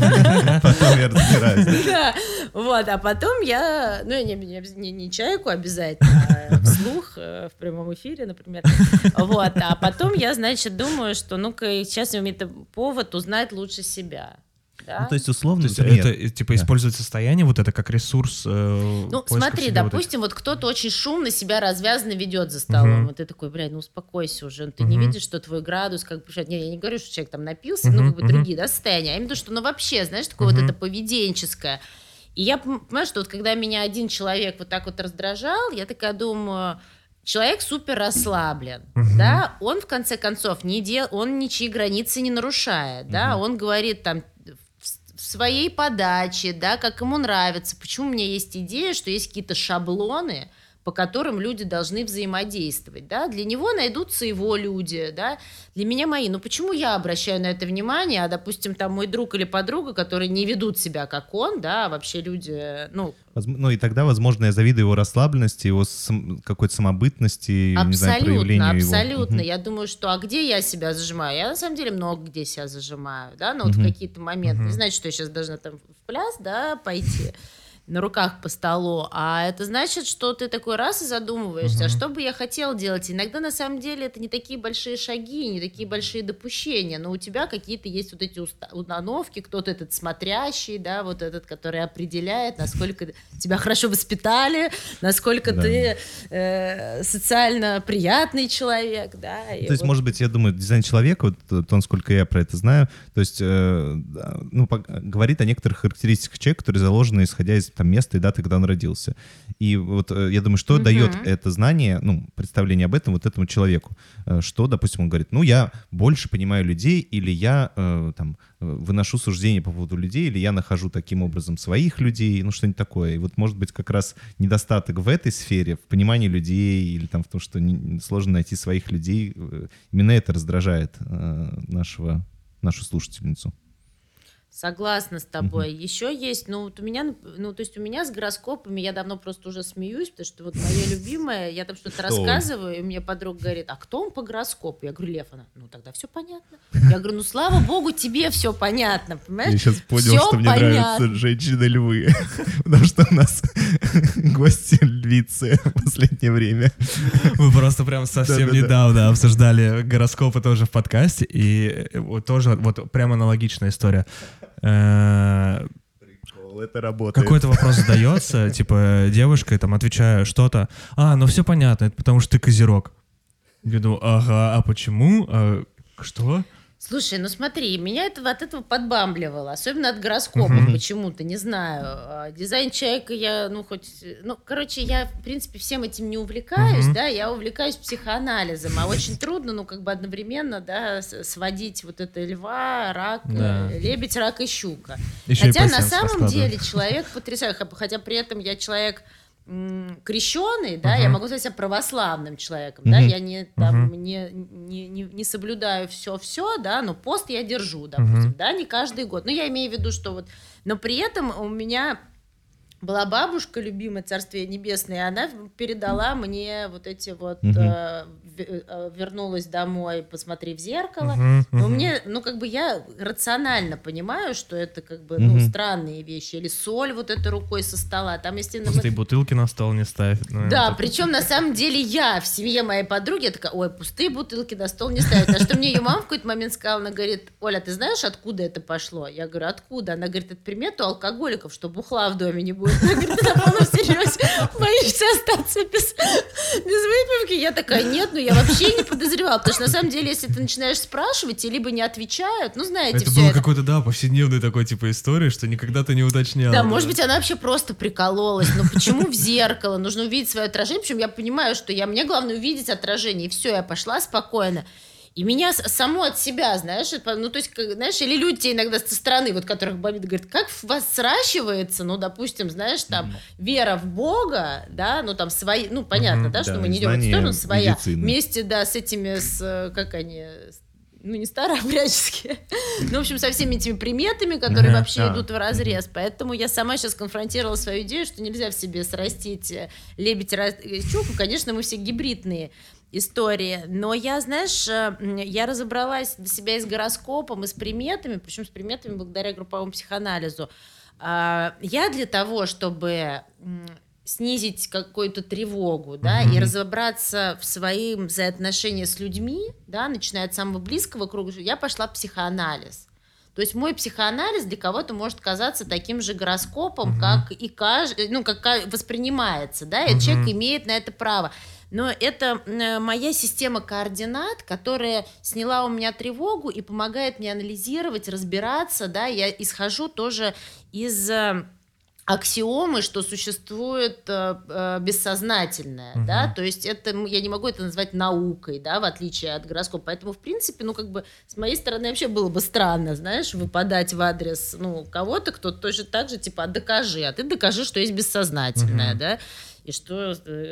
Потом я разбираюсь. да, вот, а потом я, ну, не, не, не- не чайку обязательно, а вслух, э, в прямом эфире, например, вот, а потом я, значит, думаю, что, ну-ка, сейчас у меня это повод узнать лучше себя, да? Ну, то есть, условно, То есть например, это э, типа Да. использовать состояние вот это как ресурс. э, Ну, поиска смотри, себя вот допустим, вот кто-то очень шумно себя развязно ведет за столом. Мгм. Вот ты такой, блядь, ну успокойся уже. Ты не Мгм. видишь, что твой градус, как бы, не, я не говорю, что человек там напился, ну, Мгм, как бы мгм. другие, да, состояния. А именно то, что, ну, вообще, знаешь, такое Мгм. вот это поведенческое. И я пом- понимаю, что вот когда меня один человек вот так вот раздражал, я такая думаю, человек супер расслаблен, Мгм. да, он в конце концов не дел, он ничьи границы не нарушает, да, Мгм. он говорит там в своей подаче, да, как ему нравится. Почему у меня есть идея, что есть какие-то шаблоны, по которым люди должны взаимодействовать, да, для него найдутся его люди, да, для меня мои. Но почему я обращаю на это внимание, а, допустим, там мой друг или подруга, которые не ведут себя как он, да, а вообще люди, ну, возм- ну и тогда, возможно, я завидую его расслабленности, его сам- какой-то самобытности, не знаю, абсолютно, проявлению его. абсолютно. Мгм. Я думаю, что а где я себя зажимаю? Я на самом деле много где себя зажимаю, да, но вот в Мгм. какие-то моменты. Не значит, что я сейчас должна там в пляс, да, пойти на руках по столу, а это значит, что ты такой раз и задумываешься, а Мгм. что бы я хотел делать? Иногда на самом деле это не такие большие шаги, не такие большие допущения, но у тебя какие-то есть вот эти уста- установки, кто-то этот смотрящий, да, вот этот, который определяет, насколько тебя хорошо воспитали, насколько Да. ты э, социально приятный человек, да. и То есть, вот- может быть, я думаю, дизайн человека, вот то, насколько я про это знаю, то есть, э, да, ну, пок- говорит о некоторых характеристиках человека, которые заложены, исходя из там, места и даты, когда он родился. И вот э, я думаю, что Мгм. дает это знание, ну, представление об этом вот этому человеку. Э, Что, допустим, он говорит, ну, я больше понимаю людей, или я э, там э, выношу суждения по поводу людей, или я нахожу таким образом своих людей, ну, что-нибудь такое. И вот, может быть, как раз недостаток в этой сфере, в понимании людей, или там в том, что не- сложно найти своих людей, э, именно это раздражает э, нашего, нашу слушательницу. Согласна с тобой. Mm-hmm. Еще есть, ну, вот у меня, ну, то есть у меня с гороскопами, я давно просто уже смеюсь, потому что вот моя любимая, я там что-то рассказываю, и мне подруга говорит, а кто он по гороскопу? Я говорю, Лев, она, ну, тогда все понятно. Я говорю, ну, слава богу, тебе все понятно, понимаешь? Я сейчас понял, всё что мне понятно. нравятся женщины-львы, потому что у нас гости львицы в последнее время. Мы просто прям совсем недавно обсуждали гороскопы тоже в подкасте, и вот тоже вот прям аналогичная история. Прикол, это работает. Какой-то вопрос задается, типа, девушка, там, отвечаю что-то, а, ну все понятно, это потому что ты козерог. Я думаю, ага, а почему? А, что? Слушай, ну смотри, меня это, от этого подбамбливало, особенно от гороскопов uh-huh. почему-то, не знаю. Дизайн человека я, ну хоть, ну, короче, я, в принципе, всем этим не увлекаюсь, uh-huh. да, я увлекаюсь психоанализом, а очень трудно, ну, как бы одновременно, да, сводить вот это льва, рак, да. лебедь, рак и щука. Еще хотя и на самом деле человек потрясающий, хотя при этом я человек... крещеный, да, uh-huh. я могу сказать себя православным человеком, uh-huh. да, я не, там, uh-huh. не, не, не, не соблюдаю все-все, да, но пост я держу, допустим, uh-huh. да, не каждый год, но я имею в виду, что вот, но при этом у меня была бабушка любимая, Царствие Небесное, и она передала мне вот эти вот, uh-huh. э, вернулась домой, посмотри в зеркало, uh-huh. но мне, ну, как бы я рационально понимаю, что это как бы, ну, uh-huh. странные вещи, или соль вот этой рукой со стола, там, естественно... Пустые мы... бутылки на стол не ставь. Ну, да, это... причем на самом деле я в семье моей подруги, я такая, ой, пустые бутылки на стол не ставят, а что мне ее мама в какой-то момент сказала, она говорит, Оля, ты знаешь, откуда это пошло? Я говорю, откуда? Она говорит, это примета у алкоголиков, что бухла в доме не будет. Она говорит, ты на полном серьезе боишься остаться без, без выпивки? Я такая, нет, ну я вообще не подозревала, потому что на самом деле, если ты начинаешь спрашивать, те либо не отвечают, ну знаете, это все было это. какой-то, да, повседневной такой типа истории, что никогда ты не уточняла. Да, да, может быть, она вообще просто прикололась, но почему в зеркало? Нужно увидеть свое отражение, причем я понимаю, что я, мне главное увидеть отражение, и все, я пошла спокойно. И меня само от себя, знаешь, это, ну, то есть, как, знаешь, или люди тебе иногда со стороны, вот, которых бомбит, говорят, как в вас сращивается, ну, допустим, знаешь, там, mm-hmm. вера в Бога, да, ну, там, свои, ну, понятно, mm-hmm, да, что да, мы не идем в эту сторону, своя, медицины. Вместе, да, с этими, с, как они, ну, не старообрядческие, ну, в общем, со всеми этими приметами, которые mm-hmm. вообще ah. идут вразрез, поэтому я сама сейчас конфронтировала свою идею, что нельзя в себе срастить лебедь и щуку, конечно, мы все гибридные истории, но я, знаешь, я разобралась для себя и с гороскопом, и с приметами, причем с приметами благодаря групповому психоанализу. Я для того, чтобы снизить какую-то тревогу, да, mm-hmm. и разобраться в своим взаимоотношениях с людьми, да, начиная от самого близкого круга, я пошла в психоанализ. То есть мой психоанализ для кого-то может казаться таким же гороскопом, mm-hmm. как и каждый, ну, как воспринимается, да, и mm-hmm. человек имеет на это право. Но это моя система координат, которая сняла у меня тревогу и помогает мне анализировать, разбираться, да, я исхожу тоже из аксиомы, что существует э, бессознательное, uh-huh. да, то есть это, я не могу это назвать наукой, да, в отличие от гороскопа, поэтому, в принципе, ну, как бы, с моей стороны вообще было бы странно, знаешь, выпадать в адрес, ну, кого-то, кто точно так же, типа, а докажи, а ты докажи, что есть бессознательное, uh-huh. да, и что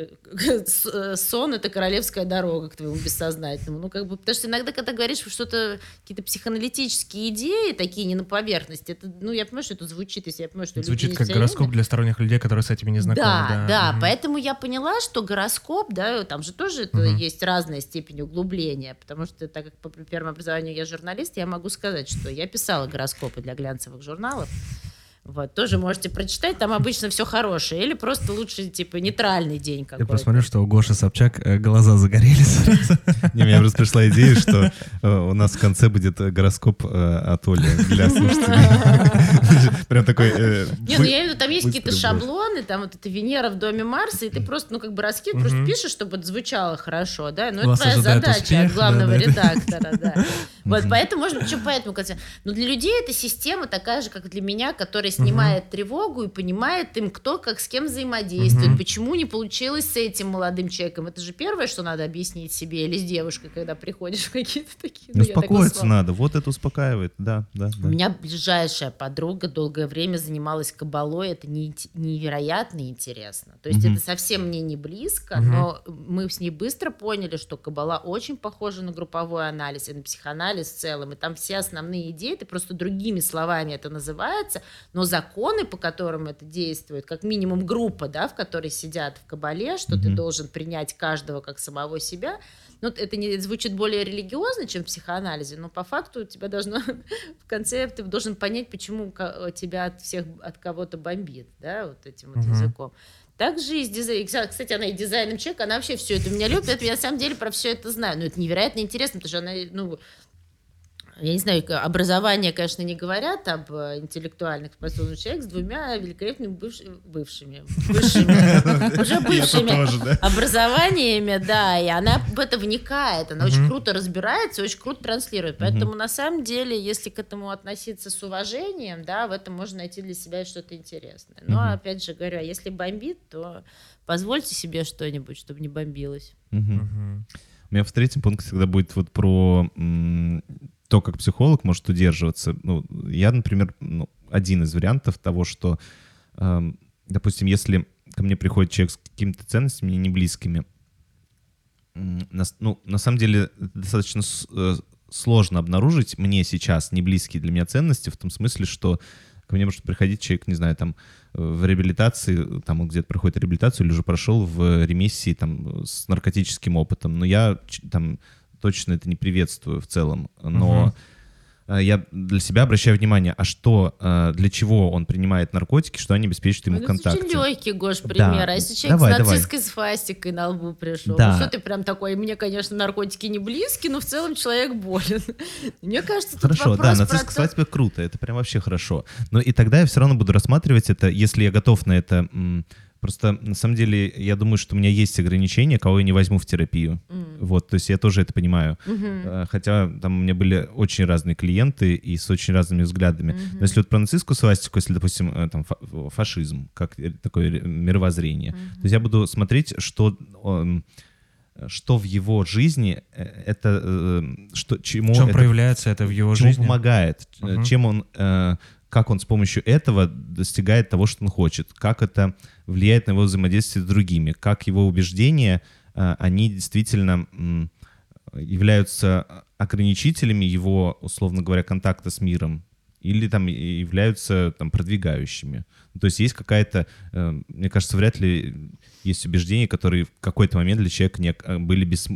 э, сон — это королевская дорога к твоему бессознательному. Ну, как бы, потому что иногда, когда говоришь что-то, какие-то психоаналитические идеи, такие не на поверхности, это, ну, я понимаю, что это звучит, если я понимаю, что звучит люди как гороскоп для сторонних людей, которые с этими не знакомы. Да, да, да, угу. Поэтому я поняла, что гороскоп, да, там же тоже это угу. есть разная степень углубления, потому что, так как по первому образованию я журналист, я могу сказать, что я писала гороскопы для глянцевых журналов. Вот, тоже можете прочитать, там обычно все хорошее. Или просто лучше, типа, нейтральный день какой-то. Я просто смотрю, что у Гоши Собчак глаза загорелись. Не, у меня просто пришла идея, что у нас в конце будет гороскоп от Оли для слушателей. Прям такой... Не, ну я имею в виду, там есть какие-то шаблоны, там вот это Венера в доме Марса, и ты просто, ну, как бы раскидываешь, просто пишешь, чтобы это звучало хорошо, да? Ну, это твоя задача от главного редактора, да. Вот, поэтому, может быть, что поэтому, но для людей эта система такая же, как для меня, которая снимает угу. тревогу и понимает им, кто как с кем взаимодействует, угу. почему не получилось с этим молодым человеком. Это же первое, что надо объяснить себе или с девушкой, когда приходишь в какие-то такие... Ну, успокоиться надо, вот это успокаивает, да, да, да. У меня ближайшая подруга долгое время занималась кабалой, это не, невероятно интересно. То есть угу. это совсем мне не близко, угу. но мы с ней быстро поняли, что кабала очень похожа на групповой анализ и на психоанализ в целом, и там все основные идеи, это просто другими словами это называется, но законы, по которым это действует, как минимум группа, да, в которой сидят в кабале, что mm-hmm. ты должен принять каждого как самого себя, ну, это не звучит более религиозно, чем в психоанализе, но по факту у тебя должно в конце ты должен понять, почему тебя от всех, от кого-то бомбит, да, вот этим вот mm-hmm. языком. Также и с дизайном, кстати, она и дизайном человека, она вообще все это меня любит, я на самом деле про все это знаю, но это невероятно интересно, потому что она, ну, я не знаю, образование, конечно, не говорят об интеллектуальных способностях, человек с двумя великолепными бывш... бывшими, бывшими, уже бывшими образованиями, да, и она в это вникает, она очень круто разбирается, очень круто транслирует, поэтому на самом деле, если к этому относиться с уважением, да, в этом можно найти для себя что-то интересное. Но, опять же говорю, если бомбит, то позвольте себе что-нибудь, чтобы не бомбилось. У меня в третьем пункте всегда будет вот про... то, как психолог может удерживаться. Ну, я, например, ну, один из вариантов того, что, э, допустим, если ко мне приходит человек с какими-то ценностями не близкими, э, на, ну, на самом деле достаточно с, э, сложно обнаружить мне сейчас не близкие для меня ценности, в том смысле, что ко мне может приходить человек, не знаю, там, в реабилитации, там он где-то проходит реабилитацию или уже прошел в ремиссии там, с наркотическим опытом, но я там точно это не приветствую в целом, но uh-huh. я для себя обращаю внимание, а что, для чего он принимает наркотики, что они обеспечивают ему ну, контакт. Это очень легкий, Гош, пример. Да. А если человек давай, с нацистской давай. свастикой на лбу пришел, да. ну что ты прям такой, мне, конечно, наркотики не близки, но в целом человек болен. Мне кажется, тут хорошо, вопрос да, нацистская свастика то... круто, это прям вообще хорошо. Но и тогда я все равно буду рассматривать это, если я готов на это... Просто, на самом деле, я думаю, что у меня есть ограничения, кого я не возьму в терапию. Mm. Вот, то есть я тоже это понимаю. Mm-hmm. Хотя там у меня были очень разные клиенты и с очень разными взглядами. Mm-hmm. Но если вот про нацистскую свастику, если, допустим, там, фашизм, как такое мировоззрение, mm-hmm. то есть я буду смотреть, что... что в его жизни это... Что, чему в чем это, проявляется это в его чему жизни? Помогает, uh-huh. чем он... как он с помощью этого достигает того, что он хочет, как это влияет на его взаимодействие с другими, как его убеждения, они действительно являются ограничителями его, условно говоря, контакта с миром или там являются там продвигающими. То есть есть какая-то, мне кажется, вряд ли есть убеждения, которые в какой-то момент для человека не были без...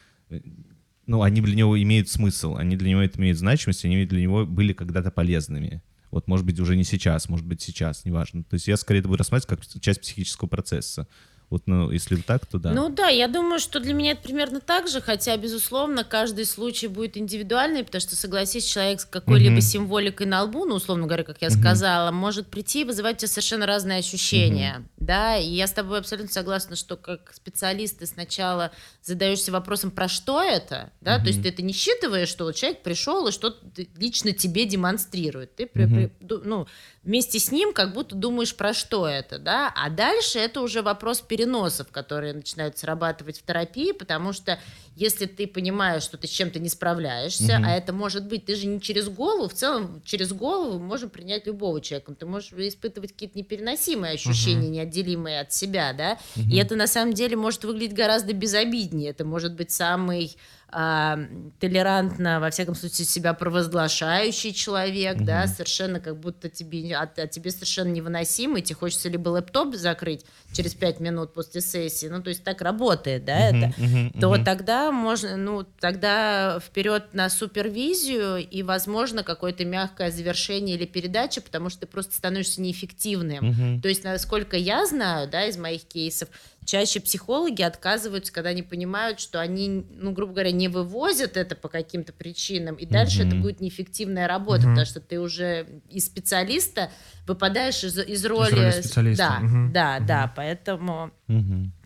Ну, они для него имеют смысл, они для него это имеют значимость, они для него были когда-то полезными. Вот, может быть, уже не сейчас, может быть, сейчас, неважно. То есть я скорее это буду рассматривать как часть психического процесса. Вот, ну, если так, то да. Ну да, я думаю, что для меня это примерно так же, хотя, безусловно, каждый случай будет индивидуальный, потому что, согласись, человек с какой-либо uh-huh. символикой на лбу, ну, условно говоря, как я uh-huh. сказала, может прийти и вызывать у тебя совершенно разные ощущения, uh-huh. да, и я с тобой абсолютно согласна, что как специалист ты сначала задаешься вопросом, про что это, да, uh-huh. то есть ты это не считываешь, что вот человек пришел и что-то лично тебе демонстрирует, ты, uh-huh. при, ну, вместе с ним как будто думаешь, про что это, да, а дальше это уже вопрос переносов, которые начинают срабатывать в терапии, потому что если ты понимаешь, что ты с чем-то не справляешься, угу. а это может быть, ты же не через голову, в целом через голову мы можем принять любого человека, ты можешь испытывать какие-то непереносимые ощущения, угу. неотделимые от себя, да, угу. и это на самом деле может выглядеть гораздо безобиднее, это может быть самый толерантно, во всяком случае, себя провозглашающий человек, mm-hmm. да, совершенно как будто тебе, а, а тебе совершенно невыносимо, и тебе хочется либо лэптоп закрыть через пять минут после сессии, ну, то есть так работает, да, mm-hmm. это, mm-hmm. то mm-hmm. тогда можно, ну, тогда вперед на супервизию и, возможно, какое-то мягкое завершение или передача, потому что ты просто становишься неэффективным. Mm-hmm. То есть, насколько я знаю, да, из моих кейсов, чаще психологи отказываются, когда они понимают, что они, ну, грубо говоря, не вывозят это по каким-то причинам, и дальше mm-hmm. это будет неэффективная работа, mm-hmm. потому что ты уже из специалиста выпадаешь из, из роли... Из роли специалиста. Да, mm-hmm. да, mm-hmm. да, поэтому... Mm-hmm.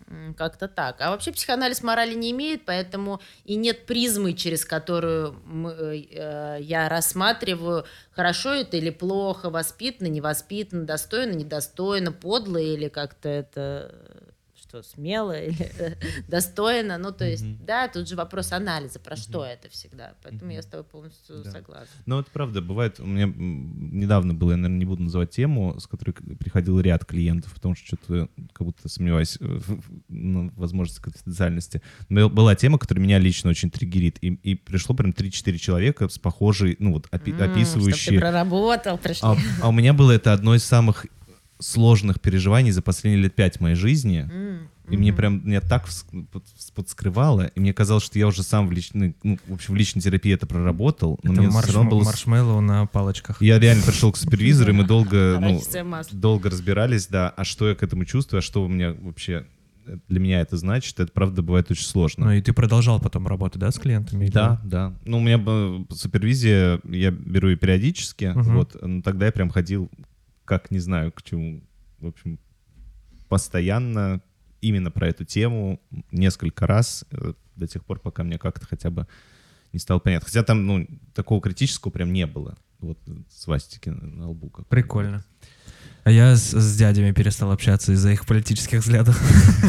М, Как-то так. А вообще психоанализ морали не имеет, поэтому и нет призмы, через которую мы, э, я рассматриваю, хорошо это или плохо, воспитанно, невоспитанно, достойно, недостойно, подло или как-то это... что смело или достойно. Ну, то есть, Мгм. да, тут же вопрос анализа, про что Мгм. это всегда. Поэтому Мгм. я с тобой полностью Да. согласна. Ну, это правда, бывает, у меня м, недавно было, я, наверное, не буду называть тему, с которой к- приходил ряд клиентов, потому что что-то как будто сомневаюсь э, в в- ну, возможности конфиденциальности. Но была тема, которая меня лично очень триггерит, и, и пришло прям три-четыре человека с похожей, ну, вот, опи- М, Чтоб ты описывающие... проработал, пришли. А, а у меня было это одно из самых сложных переживаний за последние лет пять в моей жизни. М, И мне мгм. прям, меня так вс- под- подскрывало, и мне казалось, что я уже сам в личной, ну, в общем, в личной терапии это проработал, но Это мне марш- все равно было... с- маршмеллоу на палочках. Я реально пришел к супервизору, и мы долго, ну, Арахисовое масло. долго разбирались, да, а что я к этому чувствую, а что у меня вообще для меня это значит, это правда бывает очень сложно. Ну и ты продолжал потом работать, да, с клиентами? или- Да, да. Ну, у меня бы супервизия, я беру ее периодически, Мгм. вот, но тогда я прям ходил, как не знаю к чему, в общем, постоянно именно про эту тему несколько раз, э, до тех пор, пока мне как-то хотя бы не стало понятно. Хотя там, ну, такого критического прям не было. Вот э, свастики на, на лбу. как бы. Прикольно. А я с, с дядями перестал общаться из-за их политических взглядов.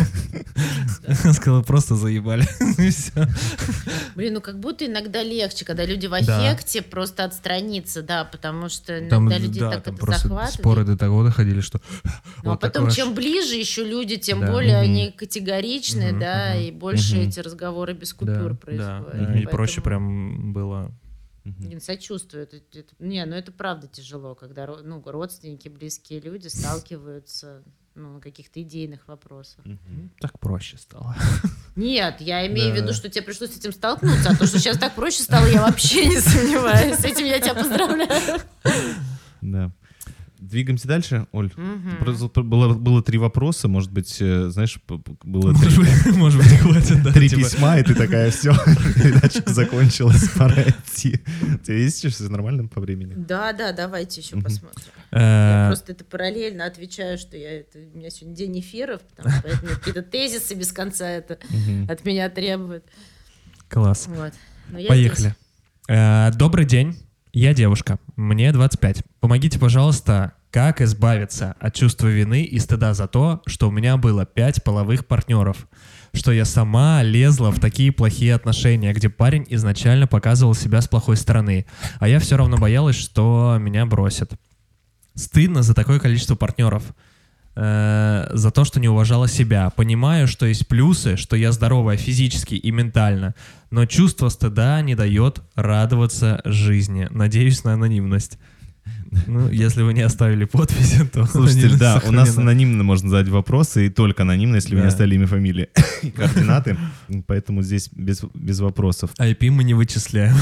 Сказал, просто заебали. И всё. Блин, ну как будто иногда легче, когда люди в Да. аффекте, просто отстраниться, да, потому что иногда Там, людей да, так там это просто захватывает. споры до того доходили, что Ну, а вот потом, такое чем ш- ближе еще люди, тем Да. более Мгм. они категоричны, Мгм, да, мгм. и больше Мгм. эти разговоры без Да, купюр да, происходят. да, и Поэтому, проще прям было. Мгм. блин, сочувствую. Это- это- не, ну это правда тяжело, когда ро- ну, родственники, близкие люди сталкиваются ну, на каких-то идейных вопросах. Мгм. Так проще стало. Нет, я имею в Да. виду, что тебе пришлось с этим столкнуться, а то, что сейчас так проще стало, я вообще не сомневаюсь. С этим я тебя поздравляю. Да. Двигаемся дальше, Оль. Мгм. Просто было, было три вопроса, может быть, э, знаешь, п- п- было три, Может быть, может быть, хватит, да, три типа. письма, и ты такая, все, передача закончилась, пора идти. У тебя есть сейчас все нормально по времени? Да, да, давайте еще Мгм. посмотрим. Я Э, просто это параллельно отвечаю, что я это, у меня сегодня день эфиров, потому что поэтому какие-то тезисы без конца это Мгм. от меня требуют. Класс. Вот. Но я Поехали. Э, Добрый день. Я девушка. Мне двадцать пять. Помогите, пожалуйста, как избавиться от чувства вины и стыда за то, что у меня было пять половых партнеров, что я сама лезла в такие плохие отношения, где парень изначально показывал себя с плохой стороны, а я все равно боялась, что меня бросят. Стыдно за такое количество партнеров, э, за то, что не уважала себя. Понимаю, что есть плюсы, что я здоровая физически и ментально, но чувство стыда не дает радоваться жизни. Надеюсь на анонимность. Ну, если вы не оставили подписи, то... Слушайте, анонимность да, у нас сохранена. анонимно можно задать вопросы, и только анонимно, если вы не Да. оставили имя, фамилию и координаты. Поэтому здесь без, без вопросов. ай пи мы не вычисляем.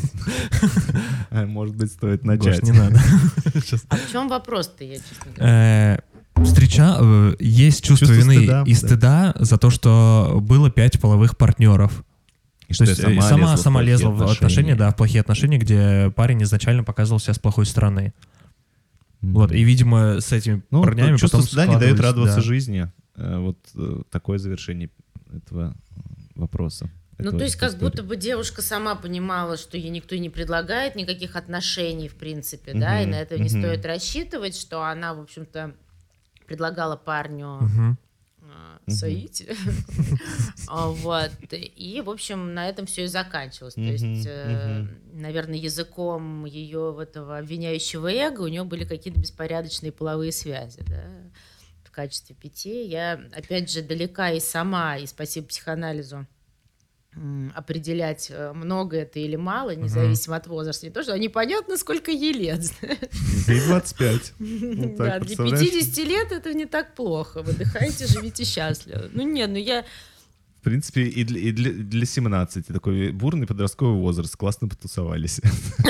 А, Может быть, стоит Гош, начать. не надо. Щас. А в чем вопрос-то, я честно говоря? Э, Встреча... э, Есть чувство Чувство вины стыда, и да. стыда за то, что было пять половых партнеров. И То что есть я э, сама, в сама плохие лезла в отношения, да, в плохие отношения, где парень изначально показывал себя с плохой стороны. Мгм. Вот, и, видимо, с этими Ну, парнями чувство потом стыда не дает складывались, радоваться да. жизни. Э, Вот э, такое завершение этого вопроса. Ну, этого- то есть, этой как истории. будто бы девушка сама понимала, что ей никто не предлагает никаких отношений, в принципе, да, и Мгм, на это не мгм. стоит рассчитывать, что она, в общем-то, предлагала парню Мгм. а, Мгм. соить. А, Вот. И, в общем, на этом все и заканчивалось. То Мгм, есть, э, мгм. наверное, языком ее этого обвиняющего эго у нее были какие-то беспорядочные половые связи, да, в качестве пяти. Я, опять же, далека и сама, и спасибо психоанализу, м, определять, э, много это или мало, независимо от возраста. Не то, что непонятно, сколько ей лет. Ей двадцать пять. Вот так, Да, для представляешь? пятидесяти лет это не так плохо. Выдыхайте, живите счастливо. Ну нет, ну я... В принципе, и для, и для, для семнадцати такой бурный подростковый возраст. Классно потусовались.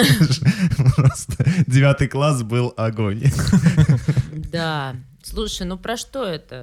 Просто девятый класс был огонь. Да. Слушай, ну про что это?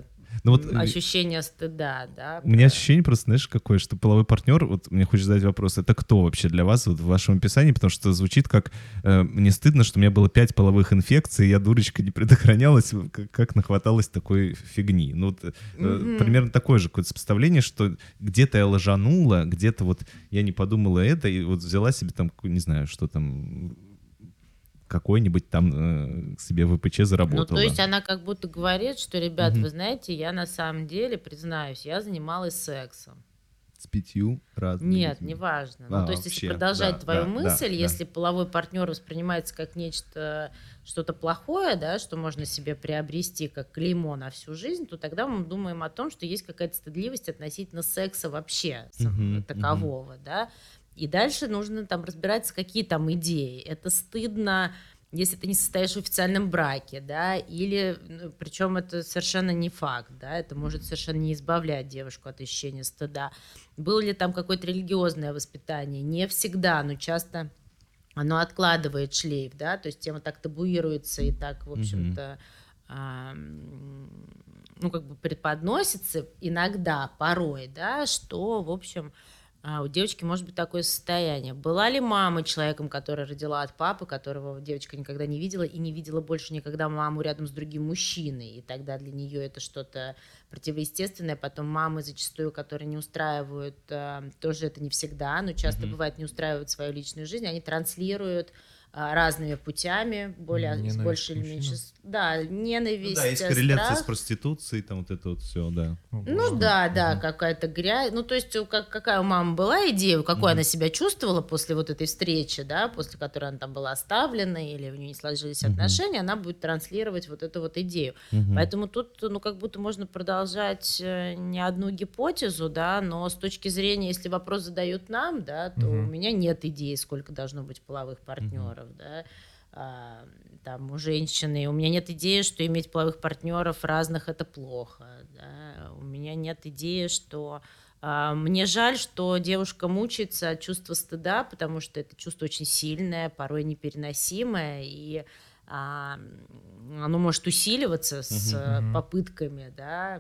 Ну, вот, ощущение стыда, да. У меня ощущение просто, знаешь, какое, что половой партнер, вот мне хочется задать вопрос, это кто вообще для вас вот в вашем описании, потому что звучит как, э, мне стыдно, что у меня было пять половых инфекций, я, дурочка, не предохранялась, как, как нахваталась такой фигни. Ну, вот, э, mm-hmm. примерно такое же какое-то сопоставление, что где-то я ложанула, где-то вот я не подумала это, и вот взяла себе там, не знаю, что там... какой-нибудь там э, себе вэ пэ че заработала. Ну, то есть она как будто говорит, что, ребят, Мгм. вы знаете, я на самом деле, признаюсь, я занималась сексом. С пятью разными Нет, людьми. неважно. А, ну, то есть, вообще, если продолжать да, твою да, мысль, да, если половой партнер воспринимается как нечто, что-то плохое, да, что можно себе приобрести как клеймо на всю жизнь, то тогда мы думаем о том, что есть какая-то стыдливость относительно секса вообще сам- Мгм, такового, да. И дальше нужно там разбираться, какие там идеи. Это стыдно, если ты не состоишь в официальном браке, да, или, ну, причем это совершенно не факт, да, это может совершенно не избавлять девушку от ощущения стыда. Было ли там какое-то религиозное воспитание? Не всегда, но часто оно откладывает шлейф, да, то есть тема так табуируется и так, в общем-то, а, м, ну, как бы преподносится иногда, порой, да, что, в общем, а, у девочки может быть такое состояние. Была ли мама человеком, который родила от папы, которого девочка никогда не видела и не видела больше никогда маму рядом с другим мужчиной, и тогда для нее это что-то противоестественное. Потом мамы зачастую, которые не устраивают, а, тоже это не всегда, но часто Мгм. бывает, не устраивают свою личную жизнь, они транслируют а, разными путями, более, с Ненависть большей к или меньше, мужчинам. с- да, ненависть, Ну да, есть э, корреляция страх. с проституцией, там вот это вот все, да. О, Ну Господи. да, да, Мгм. какая-то грязь. Ну, то есть, у- как, какая у мамы была идея, какой Мгм. она себя чувствовала после вот этой встречи, да, после которой она там была оставлена, или у нее не сложились Мгм. отношения, она будет транслировать вот эту вот идею. Мгм. Поэтому тут, ну, как будто можно продолжать э, не одну гипотезу, да, но с точки зрения, если вопрос задают нам, да, то Мгм. у меня нет идеи, сколько должно быть половых партнеров, да. А, там у женщины, у меня нет идеи, что иметь половых партнеров разных это плохо, да. У меня нет идеи, что а, мне жаль, что девушка мучается от чувства стыда, потому что это чувство очень сильное, порой непереносимое, и а, оно может усиливаться с Мгм. э, Мгм. попытками, да.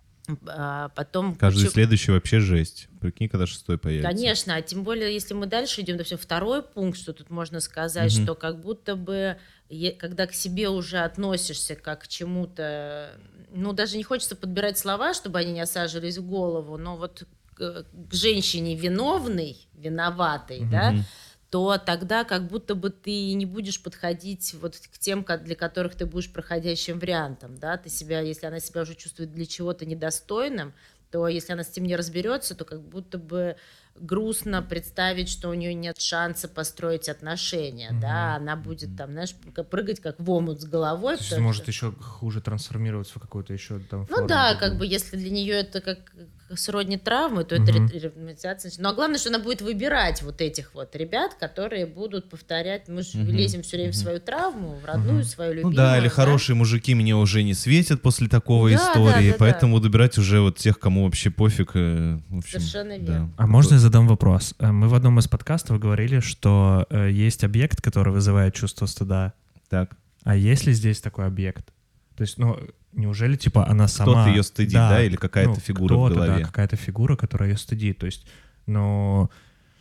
А, потом Каждый почему- следующий вообще жесть. Прикинь, когда шестой появится. Конечно, а тем более, если мы дальше идем, допустим, второй пункт, что тут можно сказать, Мгм. что как будто бы, е- когда к себе уже относишься как к чему-то, ну, даже не хочется подбирать слова, чтобы они не осаживались в голову, но вот к, к женщине виновной, виноватой, да, Мгм. то тогда как будто бы ты не будешь подходить вот к тем, ко- для которых ты будешь проходящим вариантом, да, ты себя, если она себя уже чувствует для чего-то недостойным, то если она с этим не разберется, то как будто бы грустно представить, что у нее нет шанса построить отношения, Мгм. да, она будет там, знаешь, п- прыгать как в омут с головой. То есть потому может что- еще хуже трансформироваться в какую-то еще там Ну форму да, другую. как бы если для нее это как сродни травмы, то это Мгм. ре- ревматизация. Ну а главное, что она будет выбирать вот этих вот ребят, которые будут повторять. Мы же Мгм. лезем все время в Мгм. свою травму, в родную, Мгм. свою Ну любимую. да, или хорошие мужики мне уже не светят после такого Да, истории, да, да, поэтому буду брать уже вот тех, кому вообще пофиг. э, В общем, Совершенно да. верно. А можно я задам вопрос? Э, Мы в одном из подкастов говорили, что э, есть объект, который вызывает чувство стыда. Так. А есть ли здесь такой объект? То есть, ну, неужели, типа, она сама... Кто-то ее стыдит, да, или какая-то ну, фигура в кто-то, голове. Да, какая-то фигура, которая ее стыдит. То есть, но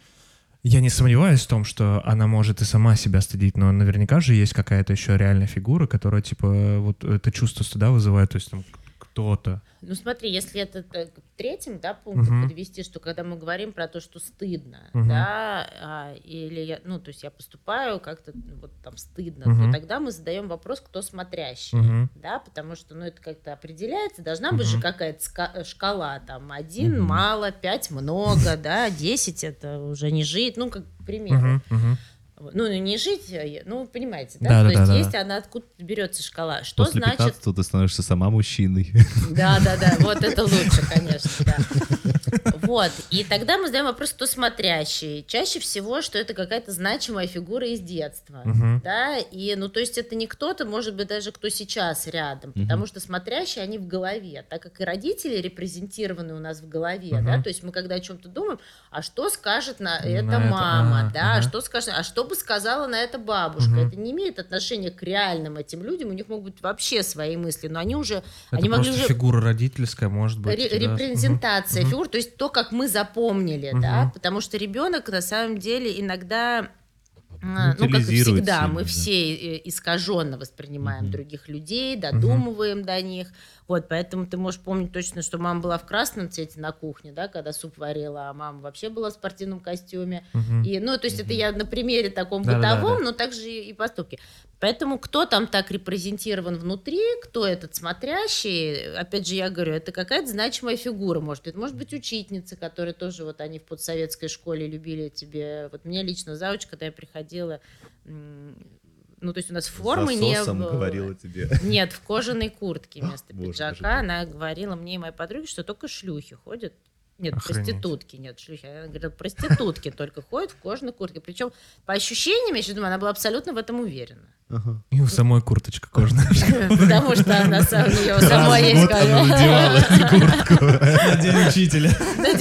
я не сомневаюсь в том, что она может и сама себя стыдить, но наверняка же есть какая-то еще реальная фигура, которая, типа, вот это чувство стыда вызывает, то есть там кто-то. Ну смотри, если это так, третьим, да, пунктом Мгм. подвести, что когда мы говорим про то, что стыдно, Мгм. да, а, или я, ну то есть я поступаю как-то ну, вот там стыдно, Мгм. то тогда мы задаем вопрос, кто смотрящий, Мгм. да, потому что, ну это как-то определяется, должна быть же Мгм. какая-то ска- шкала, там один Мгм. мало, пять много, да, десять это уже не жить, ну как к примеру. Мгм, мгм. Вот. Ну, не жить, а я- ну, понимаете, да? Да, То да, есть да, да, есть да. она, откуда берется шкала. Что После значит... пятнадцатого ты становишься сама мужчиной. Да, да, да, вот это лучше, конечно, да. Вот, и тогда мы задаем вопрос, кто смотрящий. Чаще всего, что это какая-то значимая фигура из детства, Мгм. да, и, ну, то есть это не кто-то, может быть, даже кто сейчас рядом, Мгм. потому что смотрящие, они в голове, так как и родители репрезентированы у нас в голове, Мгм. да, то есть мы когда о чем-то думаем, а что скажет на это На это, мама, а, да, а ага. что скажет, а что бы сказала на это бабушка. Мгм. Это не имеет отношения к реальным этим людям, у них могут быть вообще свои мысли, но они уже, Это они могли просто уже... фигура родительская, может быть. Ре- да. репрезентация Мгм. фигур, то есть то, как мы запомнили, Мгм. да, потому что ребенок на самом деле иногда, а, ну, как и Утилизирует всегда, сильно, мы да. все э, искаженно воспринимаем Мгм. других людей, додумываем до них, вот, поэтому ты можешь помнить точно, что мама была в красном цвете на кухне, да, когда суп варила, а мама вообще была в спортивном костюме, Мгм. и, ну, то есть это я на примере таком Да-да-да-да. бытовом, но также и, и поступки. Поэтому кто там так репрезентирован внутри, кто этот смотрящий, опять же, я говорю, это какая-то значимая фигура, может быть, может быть, учительница, которые тоже, вот они в подсоветской школе любили тебе, вот мне лично зауч, когда я приходила, м, ну, то есть у нас формы не Засосом было. говорила тебе. Нет, в кожаной куртке вместо Боже, пиджака. даже так. Она говорила мне и моей подруге, что только шлюхи ходят. Нет, Охренеть. проститутки, нет, шлюхи. Она говорила, проститутки только ходят в кожаной куртке. Причем, по ощущениям, я сейчас думаю, она была абсолютно в этом уверена. Ага. И у самой курточка кожаная. Потому что она сам у нее Раз самой в есть. год она надевала эту куртку. На день учителя.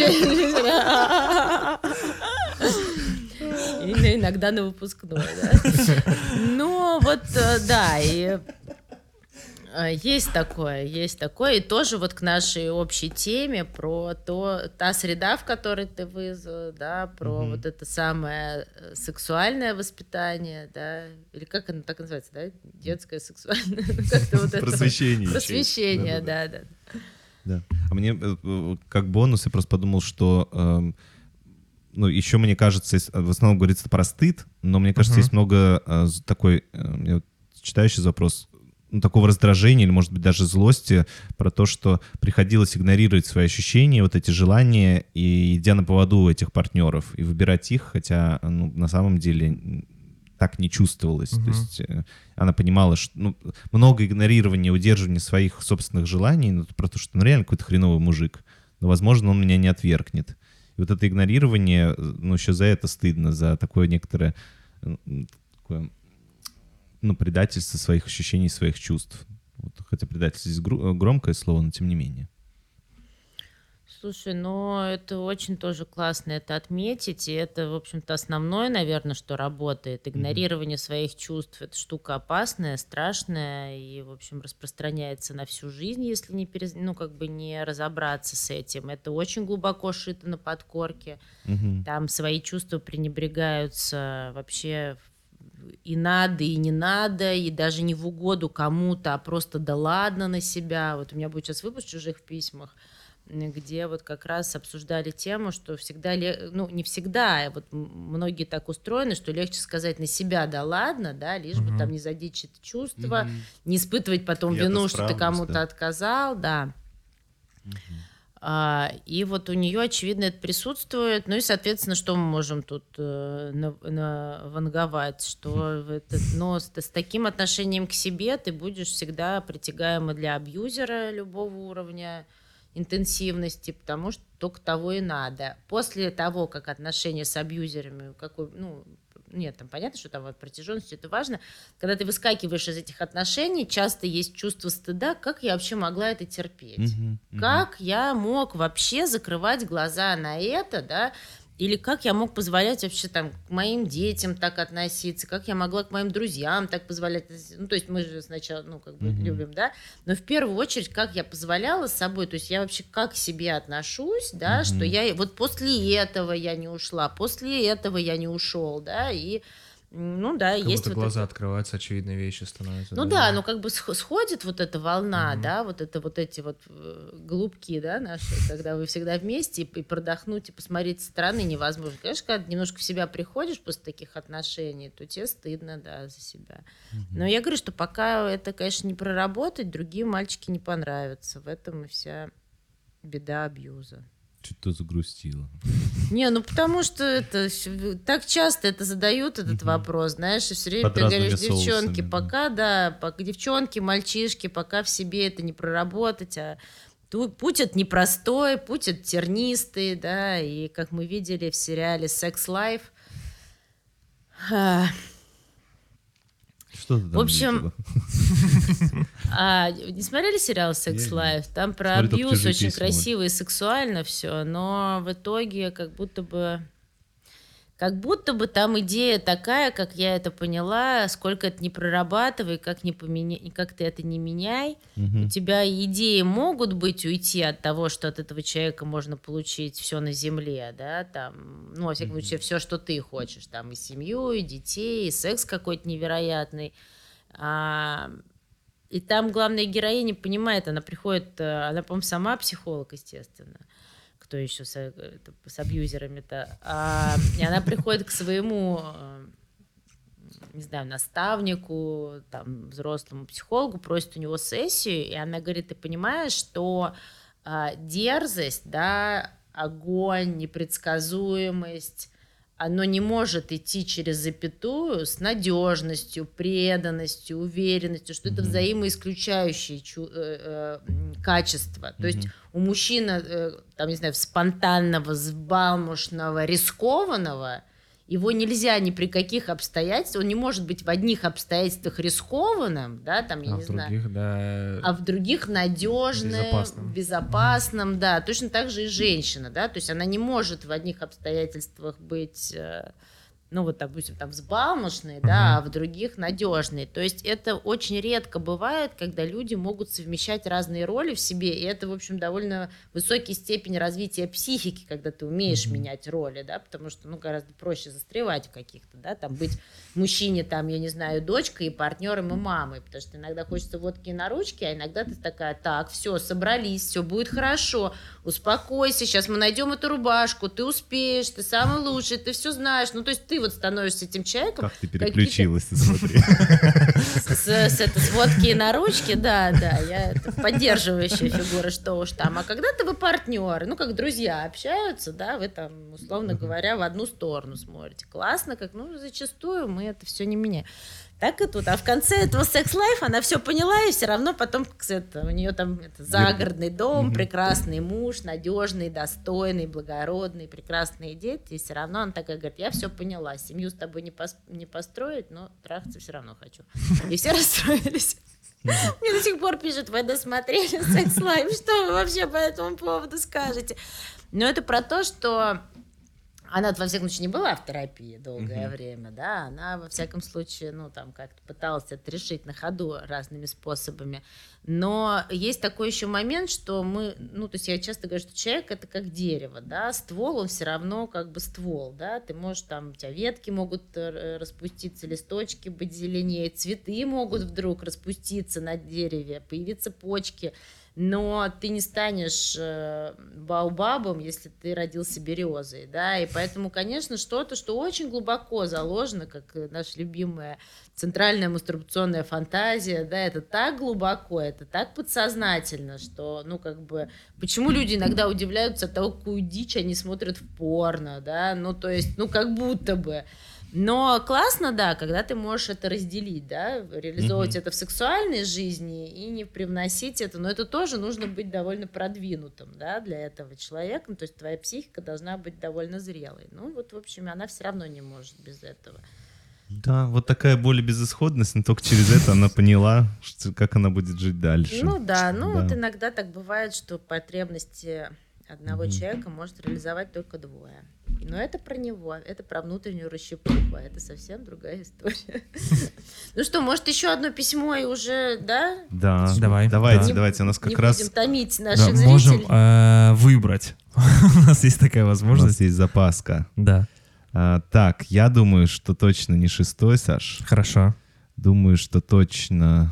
Или иногда на выпускной, да. Ну, вот, э, да, и э, есть такое, есть такое. И тоже вот к нашей общей теме про то, та среда, в которой ты вызвал, да, про Мгм. вот это самое э, сексуальное воспитание, да, или как оно так называется, да, детское сексуальное, как-то вот это вот. Просвещение. Просвещение, Да-да-да. да, да. Да. А мне э, э, как бонус я просто подумал, что эм, ну, еще, мне кажется, есть- в основном говорится про стыд, но мне кажется, Мгм. есть много э, з- такой, э, я вот читаю сейчас вопрос, ну, такого раздражения или, может быть, даже злости про то, что приходилось игнорировать свои ощущения, вот эти желания, и идя на поводу у этих партнеров, и выбирать их, хотя, ну, на самом деле м, так не чувствовалось. Мгм. То есть э, она понимала, что ну, много игнорирования, удерживания своих собственных желаний, ну, про то, что он реально какой-то хреновый мужик, но, возможно, он меня не отвергнет. И вот это игнорирование, ну, еще за это стыдно, за такое некоторое м, такое, ну, предательство своих ощущений, своих чувств. Вот, хотя предательство здесь гру- громкое слово, но тем не менее. Слушай, ну это очень тоже классно это отметить, и это, в общем-то, основное, наверное, что работает. Игнорирование своих чувств — это штука опасная, страшная, и, в общем, распространяется на всю жизнь, если не, перез... ну, как бы не разобраться с этим. Это очень глубоко шито на подкорке. Мгм. Там свои чувства пренебрегаются вообще и надо, и не надо, и даже не в угоду кому-то, а просто да ладно на себя. Вот у меня будет сейчас выпуск «Чужих в письмах», м, где вот как раз обсуждали тему, что всегда, ле- ну не всегда, а вот м- многие так устроены, что легче сказать на себя да ладно, да, лишь бы Мгм. там не задеть чьи-то чувства, Мгм. не испытывать потом Я-то вину, что ты справлюсь, кому-то да. отказал, да. А, и вот у нее, очевидно, это присутствует. Ну и, соответственно, что мы можем тут э, на- на- ванговать? Что в этот- но с, с таким отношением к себе ты будешь всегда притягаема для абьюзера любого уровня интенсивности, потому что только того и надо. После того, как отношения с абьюзерами, какой, ну, нет, там понятно, что там вот протяженность, это важно. Когда ты выскакиваешь из этих отношений, часто есть чувство стыда, как я вообще могла это терпеть? Мгм. Мгм. Как я мог вообще закрывать глаза на это, да? Или как я мог позволять вообще там к моим детям так относиться, как я могла к моим друзьям так позволять. Ну, то есть мы же сначала, ну, как бы Мгм. любим, да? Но в первую очередь, как я позволяла с собой, то есть я вообще как к себе отношусь, да, Мгм. что я вот после этого я не ушла, после этого я не ушел, да, и, м, ну, да, Как есть будто вот глаза это. открываются, очевидные вещи становятся. Ну да, ну как бы сх- сходит вот эта волна, Мгм. да, вот это вот эти вот э, голубки, да, наши, когда вы всегда вместе, и, и продохнуть, и посмотреть со стороны невозможно. Конечно, когда немножко в себя приходишь после таких отношений, то тебе стыдно, да, за себя. Но я говорю, что пока это, конечно, не проработать, другие мальчики не понравятся. В этом и вся беда абьюза. Что-то загрустило. Не, ну потому что это щ- так часто это задают этот Мгм. вопрос, знаешь, и все время Под ты говоришь, разными девчонки, соусами, да. пока, да, пока девчонки, мальчишки, пока в себе это не проработать, а ту- путь это непростой, путь это тернистый, да, и как мы видели в сериале «Sex Life», а, Что ты там В общем, видела? а, не смотрели сериал «Sex Не, не. Life»? Там про Смотрю только абьюз, «Чужие очень письма». красиво и сексуально все, но в итоге как будто бы... как будто бы там идея такая, как я это поняла, сколько это не прорабатывай, как, не поменя... как ты это не меняй. Мгм. У тебя идеи могут быть уйти от того, что от этого человека можно получить все на земле, да, там, ну, во всяком случае, все, что ты хочешь, там, и семью, и детей, и секс какой-то невероятный. А, и там главная героиня понимает, она приходит, э, она, по-моему, сама психолог, естественно, кто еще с, э, это, с абьюзерами-то, А, и она приходит к своему, э, не знаю, наставнику, там, взрослому психологу, просит у него сессию, и она говорит, ты понимаешь, что а, дерзость, да, огонь, непредсказуемость, оно не может идти через запятую с надежностью, преданностью, уверенностью, что это Мгм. взаимоисключающие чу- э, э, м, качества. То есть Мгм. у мужчины, э, там, не знаю, спонтанного, взбалмошного, рискованного, его нельзя ни при каких обстоятельствах, он не может быть в одних обстоятельствах рискованным, да, там, я А не в знаю, других, да. а в других надежным, Безопасным. безопасным, да, точно так же и женщина, да, то есть она не может в одних обстоятельствах быть, э, ну вот, допустим, там взбалмошной, да, а в других надежной. То есть это очень редко бывает, когда люди могут совмещать разные роли в себе, и это, в общем, довольно высокий степень развития психики, когда ты умеешь Мгм. менять роли, да, потому что, ну, гораздо проще застревать в каких-то, да, там быть мужчине, там, я не знаю, дочкой и партнером и мамой, потому что иногда хочется водки на ручки, а иногда ты такая, так, все, собрались, все будет хорошо, успокойся, сейчас мы найдем эту рубашку, ты успеешь, ты самый лучший, ты все знаешь, ну, то есть ты вот становишься этим человеком, Как ты переключилась, ты смотри. с, с, это, с водки на ручке, да, да, я это поддерживающая фигура, что уж там. А когда-то вы партнеры, ну, как друзья общаются, да, вы там, условно говоря, в одну сторону смотрите. Классно, как, ну, зачастую мы это все не меняем. Так и тут. А в конце этого секс-лайфа она все поняла, и все равно потом это, у нее там это, загородный дом, прекрасный муж, надежный, достойный, благородный, прекрасные дети. И все равно она такая говорит, я все поняла, семью с тобой не, пос- не построить, но трахаться все равно хочу. И все расстроились. Мне до сих пор пишут, вы досмотрели секс-лайф, что вы вообще по этому поводу скажете? Но это про то, что она, во всяком случае, не была в терапии долгое Мгм. время, да, она, во всяком случае, ну, там, как-то пыталась это решить на ходу разными способами, но есть такой еще момент, что мы, ну, то есть я часто говорю, что человек — это как дерево, да, ствол, он все равно как бы ствол, да, ты можешь, там, у тебя ветки могут э, распуститься, листочки быть зеленее, цветы могут вдруг распуститься на дереве, появиться почки, но ты не станешь э, баобабом, если ты родился березой, да, и поэтому, конечно, что-то, что очень глубоко заложено, как э, наша любимая центральная мастурбационная фантазия, да, это так глубоко, это так подсознательно, что, ну, как бы, почему люди иногда удивляются от того, какую дичь они смотрят в порно, да, ну, то есть, ну, как будто бы. Но классно, да, когда ты можешь это разделить, да, реализовывать Мгм. это в сексуальной жизни и не привносить это, но это тоже нужно быть довольно продвинутым, да, для этого человека, ну, то есть твоя психика должна быть довольно зрелой. Ну, вот, в общем, она все равно не может без этого. Да, вот такая боль и безысходность, но только через это она поняла, что, как она будет жить дальше. Ну да, ну Да. вот иногда так бывает, что потребности одного Мгм. человека может реализовать только двое. Но это про него, это про внутреннюю расщепуху, а это совсем другая история. Ну что, может, еще одно письмо и уже, да? Да, Давай. давайте, Не- давайте, у нас как Не раз будем томить Да, наших можем зрителей. э, выбрать. У нас есть такая у нас возможность. есть запаска. Да, А, так, я думаю, что точно не шестой, Саш. хорошо. Думаю, что точно...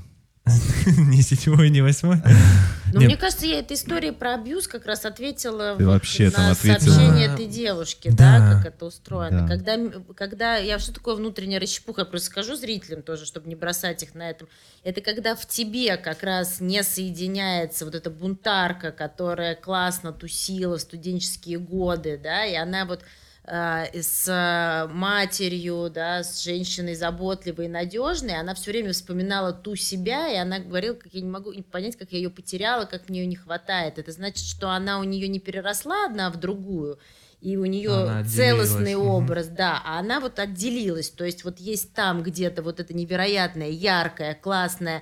Не седьмой, не восьмой. Ну, Нет. мне кажется, я этой историей про абьюз как раз ответила Ты вот вообще там на ответила. сообщение Да. этой девушки, да, Да. как это устроено. Да. Когда, когда я что такое внутренняя расщепуха, я просто скажу зрителям тоже, чтобы не бросать их на этом. Это когда в тебе как раз не соединяется вот эта бунтарка, которая классно тусила в студенческие годы, да, и она вот э, с э, матерью, да, с женщиной заботливой и надежной, она все время вспоминала ту себя, и она говорила, как я не могу понять, как я ее потеряла, как мне ее не хватает. Это значит, что она у нее не переросла одна в другую, и у нее Она отделилась. целостный Мгм. образ, да, а она вот отделилась, то есть вот есть там где-то вот эта невероятная, яркая, классная,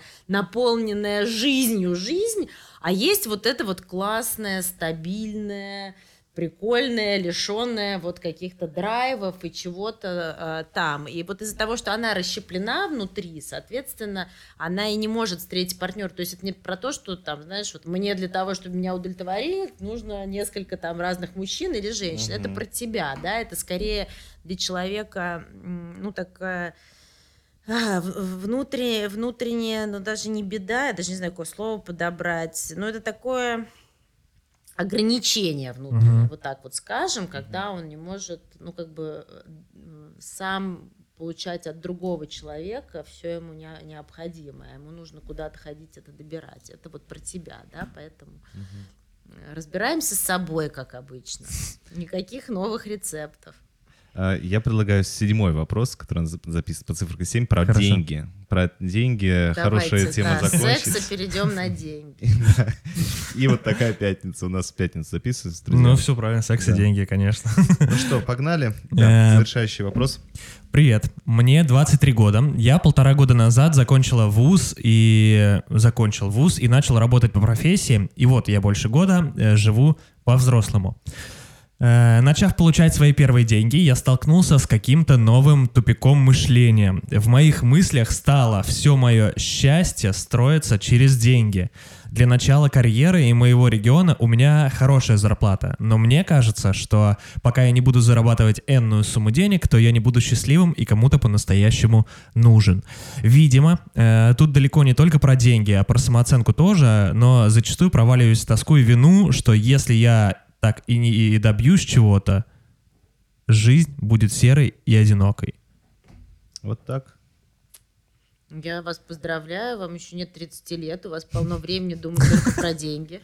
наполненная жизнью жизнь, а есть вот это вот классная, стабильная, прикольная, лишенная вот каких-то драйвов и чего-то э, там. И вот из-за того, что она расщеплена внутри, соответственно, она и не может встретить партнера. То есть это не про то, что там, знаешь, вот мне для того, чтобы меня удовлетворить, нужно несколько там разных мужчин или женщин. Mm-hmm. Это про тебя, да, это скорее для человека, ну, такая... А, внутренне, внутренне, ну, даже не беда, я даже не знаю, какое слово подобрать, но это такое... ограничения внутренние, uh-huh. вот так вот скажем, когда он не может, ну, как бы сам получать от другого человека все ему не, необходимое, ему нужно куда-то ходить, это добирать. Это вот про тебя, да, поэтому uh-huh. разбираемся с собой, как обычно. Никаких новых рецептов. Я предлагаю седьмой вопрос, который записан по цифре семь, про Хорошо. деньги. Про деньги. Давайте, хорошая тема да, закончить. С секса перейдем на деньги. И вот такая пятница. У нас пятница записывается. Ну, все правильно, секс и деньги, конечно. Ну что, погнали? Да, завершающий вопрос. Привет, мне двадцать три года. Я полтора года назад закончила вуз и закончил вуз и начал работать по профессии. И вот я больше года живу по-взрослому. Начав получать свои первые деньги, я столкнулся с каким-то новым тупиком мышления. В моих мыслях стало все мое счастье строится через деньги. Для начала карьеры и моего региона у меня хорошая зарплата, но мне кажется, что пока я не буду зарабатывать энную сумму денег, то я не буду счастливым и кому-то по-настоящему нужен. Видимо, э, тут далеко не только про деньги, а про самооценку тоже, но зачастую проваливаюсь в тоску и вину, что если я так и не и добьюсь чего-то, жизнь будет серой и одинокой. Вот так. Я вас поздравляю, вам еще нет тридцати лет, у вас полно времени думать только про деньги.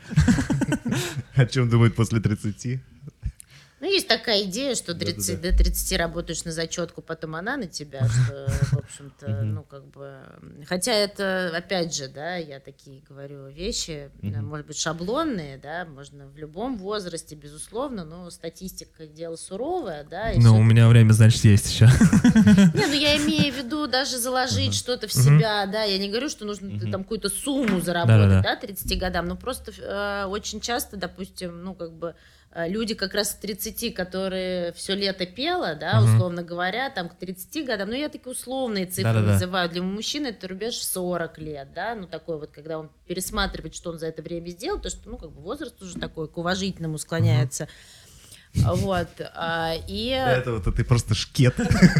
О чем думают после тридцати? Ну, есть такая идея, что тридцать, до тридцати работаешь на зачетку, потом она на тебя, что, в общем-то, ну, как бы... Хотя это, опять же, да, я такие говорю вещи, может быть, шаблонные, да, можно в любом возрасте, безусловно, но статистика дело суровое, да. Ну, у меня время, значит, есть еще. Не, ну, я имею в виду даже заложить что-то в себя, да, я не говорю, что нужно там какую-то сумму заработать, да, тридцати годам, но просто очень часто, допустим, ну, как бы, люди как раз к тридцати, которые все лето пела, да, uh-huh. условно говоря, там к тридцати годам, ну я такие условные цифры Да-да-да. называю, для мужчины это рубеж сорок лет, да, ну такой вот, когда он пересматривает, что он за это время сделал, то что, ну как бы возраст уже такой к уважительному склоняется. Uh-huh. Вот, а, и... До этого-то ты просто шкет.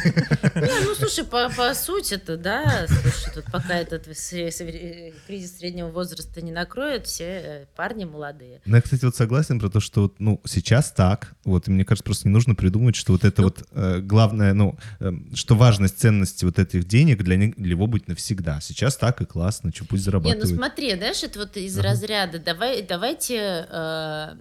Не, ну, слушай, по, по сути-то, да, слушай, тут пока этот кризис среднего возраста не накроет, все парни молодые. Ну, я, кстати, вот согласен про то, что, ну, сейчас так, вот, и мне кажется, просто не нужно придумывать, что вот это ну, вот э, главное, ну, э, что важность ценности вот этих денег для, не, для него будет навсегда. Сейчас так и классно, что пусть зарабатывают. Не, ну, смотри, знаешь, это вот из ага. разряда, давай, давайте... Э,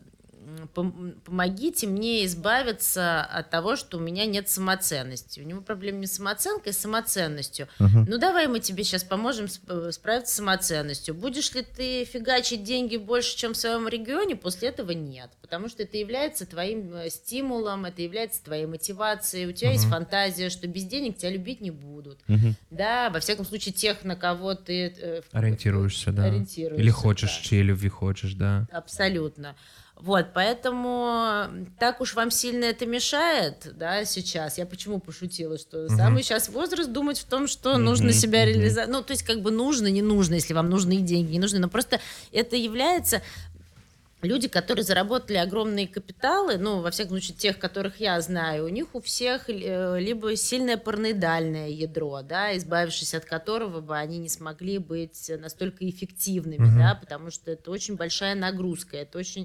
помогите мне избавиться от того, что у меня нет самоценности. У него проблема не с самооценкой, а с самоценностью. Uh-huh. Ну, давай мы тебе сейчас поможем справиться с самоценностью. Будешь ли ты фигачить деньги больше, чем в своем регионе? После этого нет. Потому что это является твоим стимулом, это является твоей мотивацией. У тебя uh-huh. есть фантазия, что без денег тебя любить не будут. Uh-huh. Да, во всяком случае, тех, на кого ты... Э, ориентируешься, да. Ориентируешься, или хочешь, да. чьей любви хочешь, да. Абсолютно. Вот, поэтому так уж вам сильно это мешает, да, сейчас. Я почему пошутила, что uh-huh. самый сейчас возраст думать в том, что uh-huh. нужно себя uh-huh. реализовать. Ну, то есть как бы нужно, не нужно, если вам нужны деньги, не нужны. Но просто это является... Люди, которые заработали огромные капиталы, ну, во всяком случае, тех, которых я знаю, у них у всех либо сильное параноидальное ядро, да, избавившись от которого бы они не смогли быть настолько эффективными, uh-huh. да, потому что это очень большая нагрузка, это очень,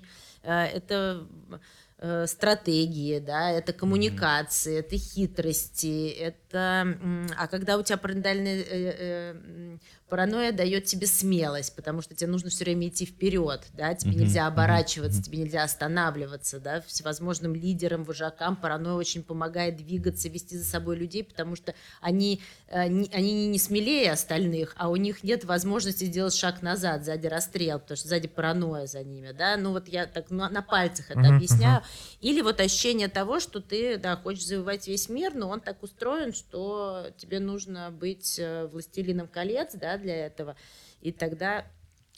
это стратегии, да, это коммуникации, mm-hmm. это хитрости, это... А когда у тебя параноидальная э, э, паранойя дает тебе смелость, потому что тебе нужно все время идти вперед, да, тебе mm-hmm. нельзя оборачиваться, mm-hmm. тебе нельзя останавливаться, да, всевозможным лидерам, вожакам паранойя очень помогает двигаться, вести за собой людей, потому что они, они, они не смелее остальных, а у них нет возможности сделать шаг назад, сзади расстрел, потому что сзади паранойя за ними, да, ну вот я так на, на пальцах это mm-hmm. объясняю. Или вот ощущение того, что ты, да, хочешь завоевать весь мир, но он так устроен, что тебе нужно быть властелином колец, да, для этого, и тогда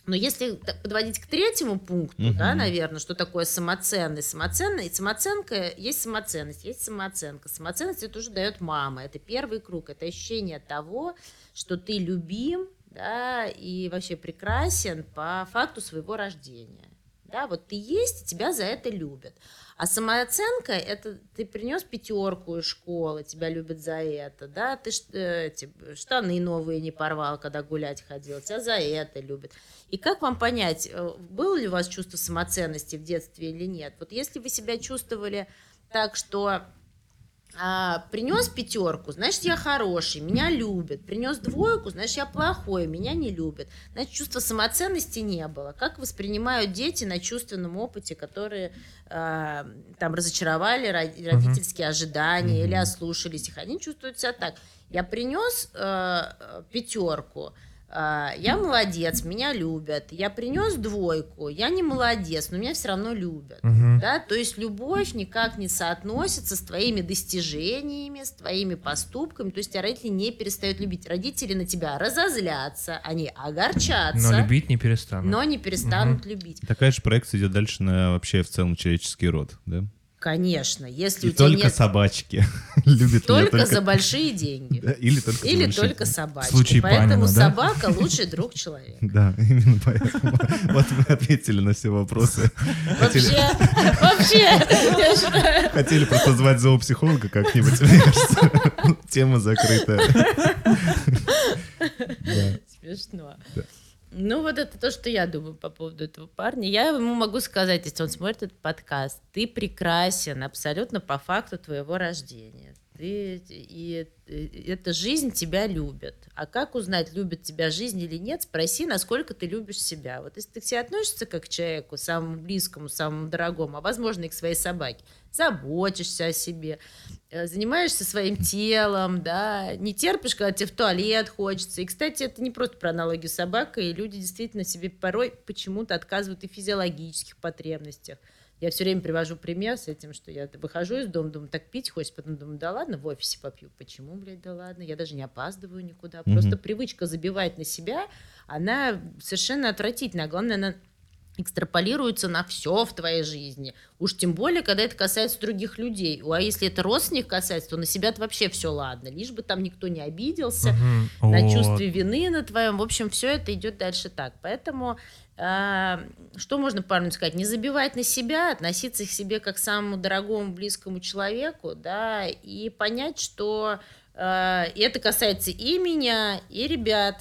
Но если подводить к третьему пункту, Мгм. да, наверное, что такое самоценность, самоценность, самооценка, есть самоценность, есть самооценка. Самоценность это уже дает мама, это первый круг, это ощущение того, что ты любим, да, и вообще прекрасен по факту своего рождения. Да, вот ты есть, и тебя за это любят. А самооценка – это ты принес пятерку из школы, тебя любят за это, да, ты э, эти, штаны новые не порвал, когда гулять ходил, тебя за это любят. И как вам понять, было ли у вас чувство самоценности в детстве или нет? Вот если вы себя чувствовали так, что а, принес пятерку, значит, я хороший, меня любят. Принес двойку, значит, я плохой, меня не любят. Значит, чувства самоценности не было. Как воспринимают дети на чувственном опыте, которые а, там разочаровали родительские ожидания Mm-hmm. или ослушались их? Они чувствуют себя так. Я принес а, пятерку, а, я молодец, меня любят. Я принес двойку, я не молодец, но меня все равно любят. Мгм. Да? То есть любовь никак не соотносится с твоими достижениями, с твоими поступками. То есть тебя родители не перестают любить. Родители на тебя разозлятся, они огорчатся, Но любить не перестанут. но не перестанут любить. Такая же проекция идет дальше на вообще в целом человеческий род, да? Конечно, если И у тебя только нет... собачки любят меня Только за большие деньги. Да, или только за Или большие только деньги. собачки. В случае Поэтому Панина, да? собака лучший друг человека. Да, именно поэтому. Вот мы ответили на все вопросы. Хотели, Вообще, вообще, я считаю, хотели просто звать зоопсихолога как-нибудь, мне кажется. Тема закрыта. Да. смешно. Да. Ну, вот это то, что я думаю по поводу этого парня. Я ему могу сказать, если он смотрит этот подкаст, ты прекрасен абсолютно по факту твоего рождения. Ты, и, и эта жизнь тебя любит. А как узнать, любит тебя жизнь или нет, спроси, насколько ты любишь себя. Вот если ты к себе относишься как к человеку, самому близкому, самому дорогому, а возможно и к своей собаке, заботишься о себе, э, занимаешься своим телом, да, не терпишь, когда тебе в туалет хочется. И, кстати, это не просто про аналогию с собакой, и люди действительно себе порой почему-то отказывают и в физиологических потребностях. Я все время привожу пример с этим, что я выхожу из дома, думаю, так пить хочется, потом думаю, да ладно, в офисе попью. Почему, блядь, да ладно? Я даже не опаздываю никуда. Мгм. Просто привычка забивать на себя, она совершенно отвратительная. Главное, она экстраполируется на все в твоей жизни. Уж тем более, когда это касается других людей. А если это родственник касается, то на себя-то вообще все ладно. Лишь бы там никто не обиделся, Мгм. на Вот. чувстве вины на твоем. В общем, все это идет дальше так. Поэтому э, что можно парню сказать? Не забивать на себя, относиться к себе как к самому дорогому, близкому человеку, да, и понять, что э, и это касается и меня, и ребят,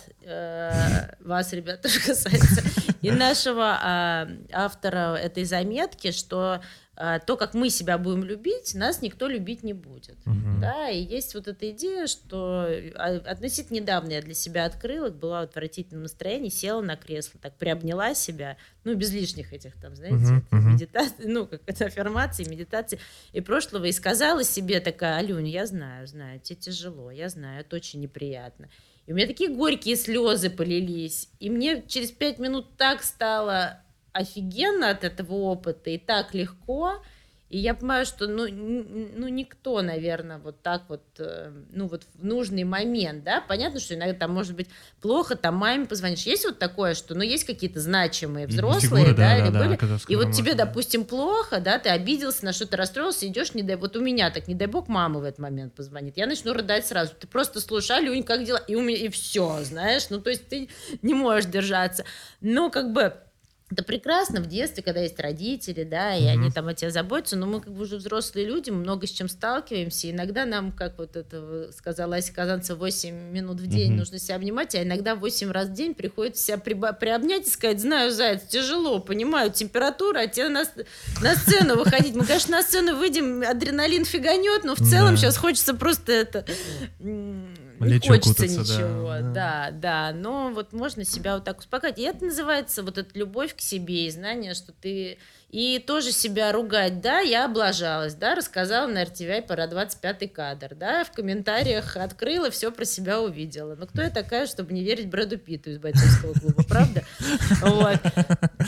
э, вас, ребят, тоже касается, и нашего э, автора этой заметки, что э, то, как мы себя будем любить, нас никто любить не будет. Мгм. Да, и есть вот эта идея, что а, относительно недавно я для себя открыла, была в отвратительном настроении, села на кресло, так приобняла себя, ну, без лишних этих там, знаете, Мгм, мгм. медитаций, ну, как это, аффирмации, медитации и прошлого, и сказала себе такая: Алюнь, я знаю, знаю, тебе тяжело, я знаю, это очень неприятно. И у меня такие горькие слезы полились, и мне через пять минут так стало офигенно от этого опыта, и так легко. И я понимаю, что ну, н- ну никто, наверное, вот так вот, э, ну вот в нужный момент, да, понятно, что иногда там может быть плохо, там маме позвонишь. Есть вот такое, что, ну, есть какие-то значимые взрослые, Фигуры, да, да, или да, да, были, когда и скоро вот можно, тебе, да. допустим, плохо, да, ты обиделся, на что-то расстроился, идешь, не дай, вот у меня так, не дай бог, мама в этот момент позвонит, я начну рыдать сразу, ты просто слушай: Алюнь, как дела? И у меня, и все, знаешь, ну, то есть ты не можешь держаться, но как бы это прекрасно в детстве, когда есть родители, да, и Мгм. они там о тебе заботятся, но мы как бы уже взрослые люди, мы много с чем сталкиваемся, иногда нам, как вот это сказала Ася Казанцева, восемь минут в день Мгм. нужно себя обнимать, а иногда восемь раз в день приходится себя приба- приобнять и сказать: знаю, заяц, тяжело, понимаю, температура, а тебе на, с- на сцену выходить. Мы, конечно, на сцену выйдем, адреналин фиганет, но в целом Да. сейчас хочется просто это... м, Не Лечь хочется укутаться, да, ничего, да. да, да, но вот можно себя вот так успокоить. И это называется вот эта любовь к себе и знание, что ты... И тоже себя ругать, да, я облажалась, да, рассказала на эр ти ви про двадцать пятый кадр, да, в комментариях открыла, все про себя увидела. Но кто я такая, чтобы не верить Брэду Питту из бойцовского клуба, правда? Вот.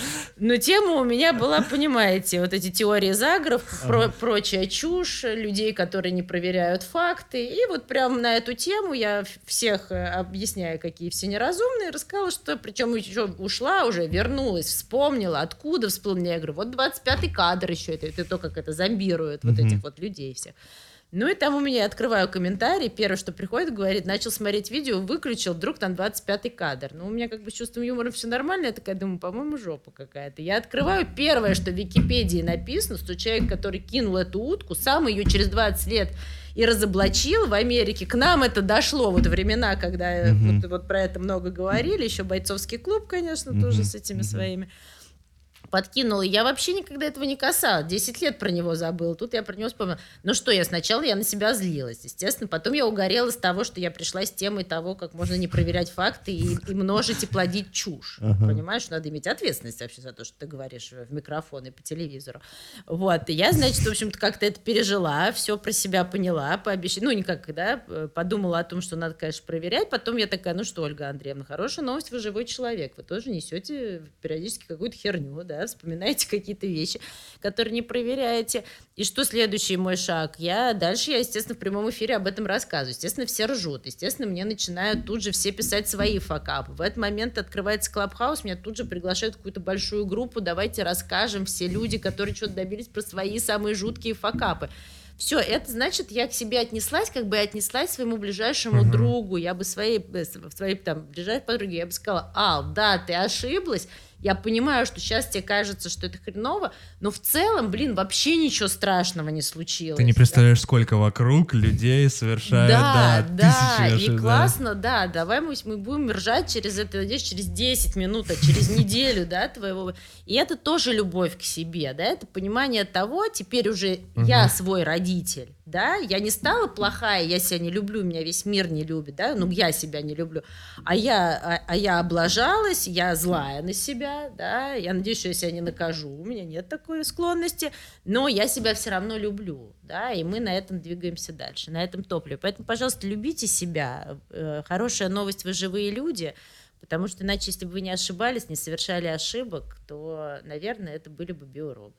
Но тема у меня была, понимаете, вот эти теории заговоров, про, прочая чушь, людей, которые не проверяют факты. И вот прямо на эту тему я всех, объясняя, какие все неразумные, рассказала, что, причем еще ушла уже, вернулась, вспомнила, откуда вспомнила. Я говорю, вот двадцать пятый кадр еще, это, это то, как это зомбирует вот этих вот людей всех. Ну и там у меня, я открываю комментарий, первое, что приходит, говорит, начал смотреть видео, выключил, вдруг там двадцать пятый кадр. Ну у меня как бы с чувством юмора все нормально, я такая думаю, по-моему, жопа какая-то. Я открываю, первое, что в Википедии написано, что человек, который кинул эту утку, сам ее через двадцать лет и разоблачил в Америке. К нам это дошло, вот времена, когда mm-hmm. вот, вот про это много говорили, еще бойцовский клуб, конечно, mm-hmm. тоже с этими mm-hmm. своими. Подкинула. Я вообще никогда этого не касалась. Десять лет про него забыла. Тут я про него вспомнила. Ну что, я сначала я на себя злилась, естественно. Потом я угорела с того, что я пришла с темой того, как можно не проверять факты и, и множить и плодить чушь. Ага. Понимаешь, надо иметь ответственность вообще за то, что ты говоришь в микрофон и по телевизору. Вот. И я, значит, в общем-то, как-то это пережила, все про себя поняла, пообещала. Ну, никак, да, подумала о том, что надо, конечно, проверять. Потом я такая, ну что, Ольга Андреевна, хорошая новость, вы живой человек. Вы тоже несете периодически какую-то херню, да, вспоминаете какие-то вещи, которые не проверяете. И что следующий мой шаг? Я дальше, я, естественно, в прямом эфире об этом рассказываю. Естественно, все ржут. Естественно, мне начинают тут же все писать свои факапы. В этот момент открывается Клабхаус, меня тут же приглашают в какую-то большую группу. Давайте расскажем, все люди, которые что-то добились, про свои самые жуткие факапы. Все, это значит, я к себе отнеслась, как бы отнеслась к своему ближайшему uh-huh. другу. Я бы своей, своей там, ближайшей подруге, я бы сказала, Ал, да, ты ошиблась. Я понимаю, что сейчас тебе кажется, что это хреново, но в целом, блин, вообще ничего страшного не случилось. Ты не представляешь, да? Сколько вокруг людей совершают, да, да, да и ошибок, классно, да, давай мы, мы будем ржать через это, надеюсь, через десять минут, а через неделю, да, твоего. И это тоже любовь к себе, да, это понимание того, теперь уже я свой родитель, да, я не стала плохая, я себя не люблю, меня весь мир не любит, да, ну, я себя не люблю, а я, а, а я облажалась, я злая на себя, да, я надеюсь, что я себя не накажу, у меня нет такой склонности, но я себя все равно люблю, да, и мы на этом двигаемся дальше, на этом топливе. Поэтому, пожалуйста, любите себя. Хорошая новость, вы живые люди, потому что иначе, если бы вы не ошибались, не совершали ошибок, то, наверное, это были бы биороботы.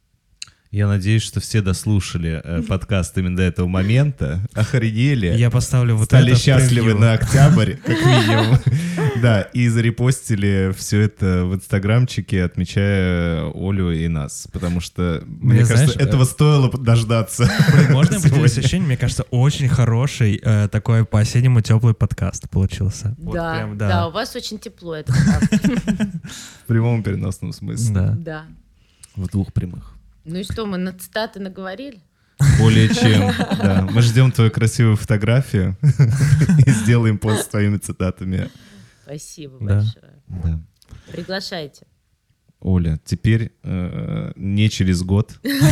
Я надеюсь, что все дослушали э, подкаст именно до этого момента, охренели. Я поставлю вот стали это счастливы превью. На октябрь, как минимум. Да, и зарепостили все это в инстаграмчике, отмечая Олю и нас. Потому что, мне, мне кажется, знаешь, этого стоило дождаться. Можно поделиться ощущением? Мне кажется, очень хороший э, такой по-осеннему теплый подкаст получился. Да, вот прям, да. да, у вас очень тепло, это правда. В прямом переносном смысле. Да. Да. В двух прямых. Ну и что, мы на цитаты наговорили? Более чем, да. Мы ждем твою красивую фотографию и сделаем пост с твоими цитатами. Спасибо да. большое. Да. Приглашайте. Оля, теперь э, не через год.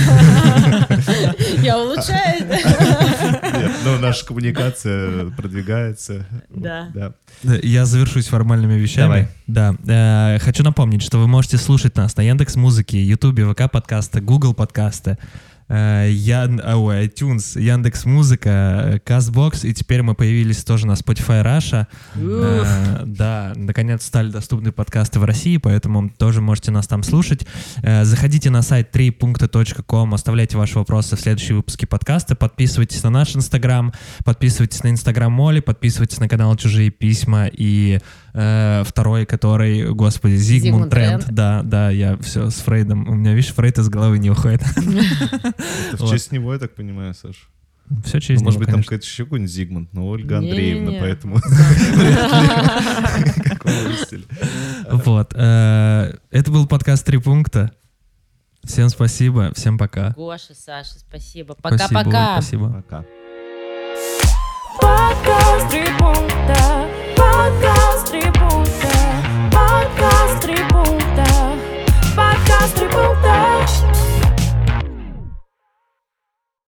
Я улучшаю. Нет, но наша коммуникация продвигается. Да. Да. Я завершусь формальными вещами. Давай. Да. Э, хочу напомнить, что вы можете слушать нас на Яндекс.Музыке, Ютубе, ВК подкасты, Google подкасты, э, Ян, ой, iTunes, Яндекс.Музыка, Castbox, и теперь мы появились тоже на Spotify Russia. Э, да, наконец стали доступны подкасты в России, поэтому тоже можете нас там слушать. Э, заходите на сайт три пункта точка ком, оставляйте ваши вопросы в следующие выпуски подкаста, подписывайтесь на наш Инстаграм, подписывайтесь на Инстаграм Оли, подписывайтесь на канал «Чужие письма» и э, второй, который, господи, Зигмунд Тренд. Да, да, я все с Фрейдом. У меня, видишь, Фрейд из головы не уходит. Это в честь него, я так понимаю, Саш? Все через него, может быть, там конечно. какой-то еще какой-нибудь Зигмунд, но Ольга Не-не-не. Андреевна, поэтому... Вот. Это был подкаст «Три пункта». Всем спасибо, всем пока. Гоша, Саша, спасибо. Спасибо, Пока-пока. Спасибо. Пока. Подкаст «Три пункта».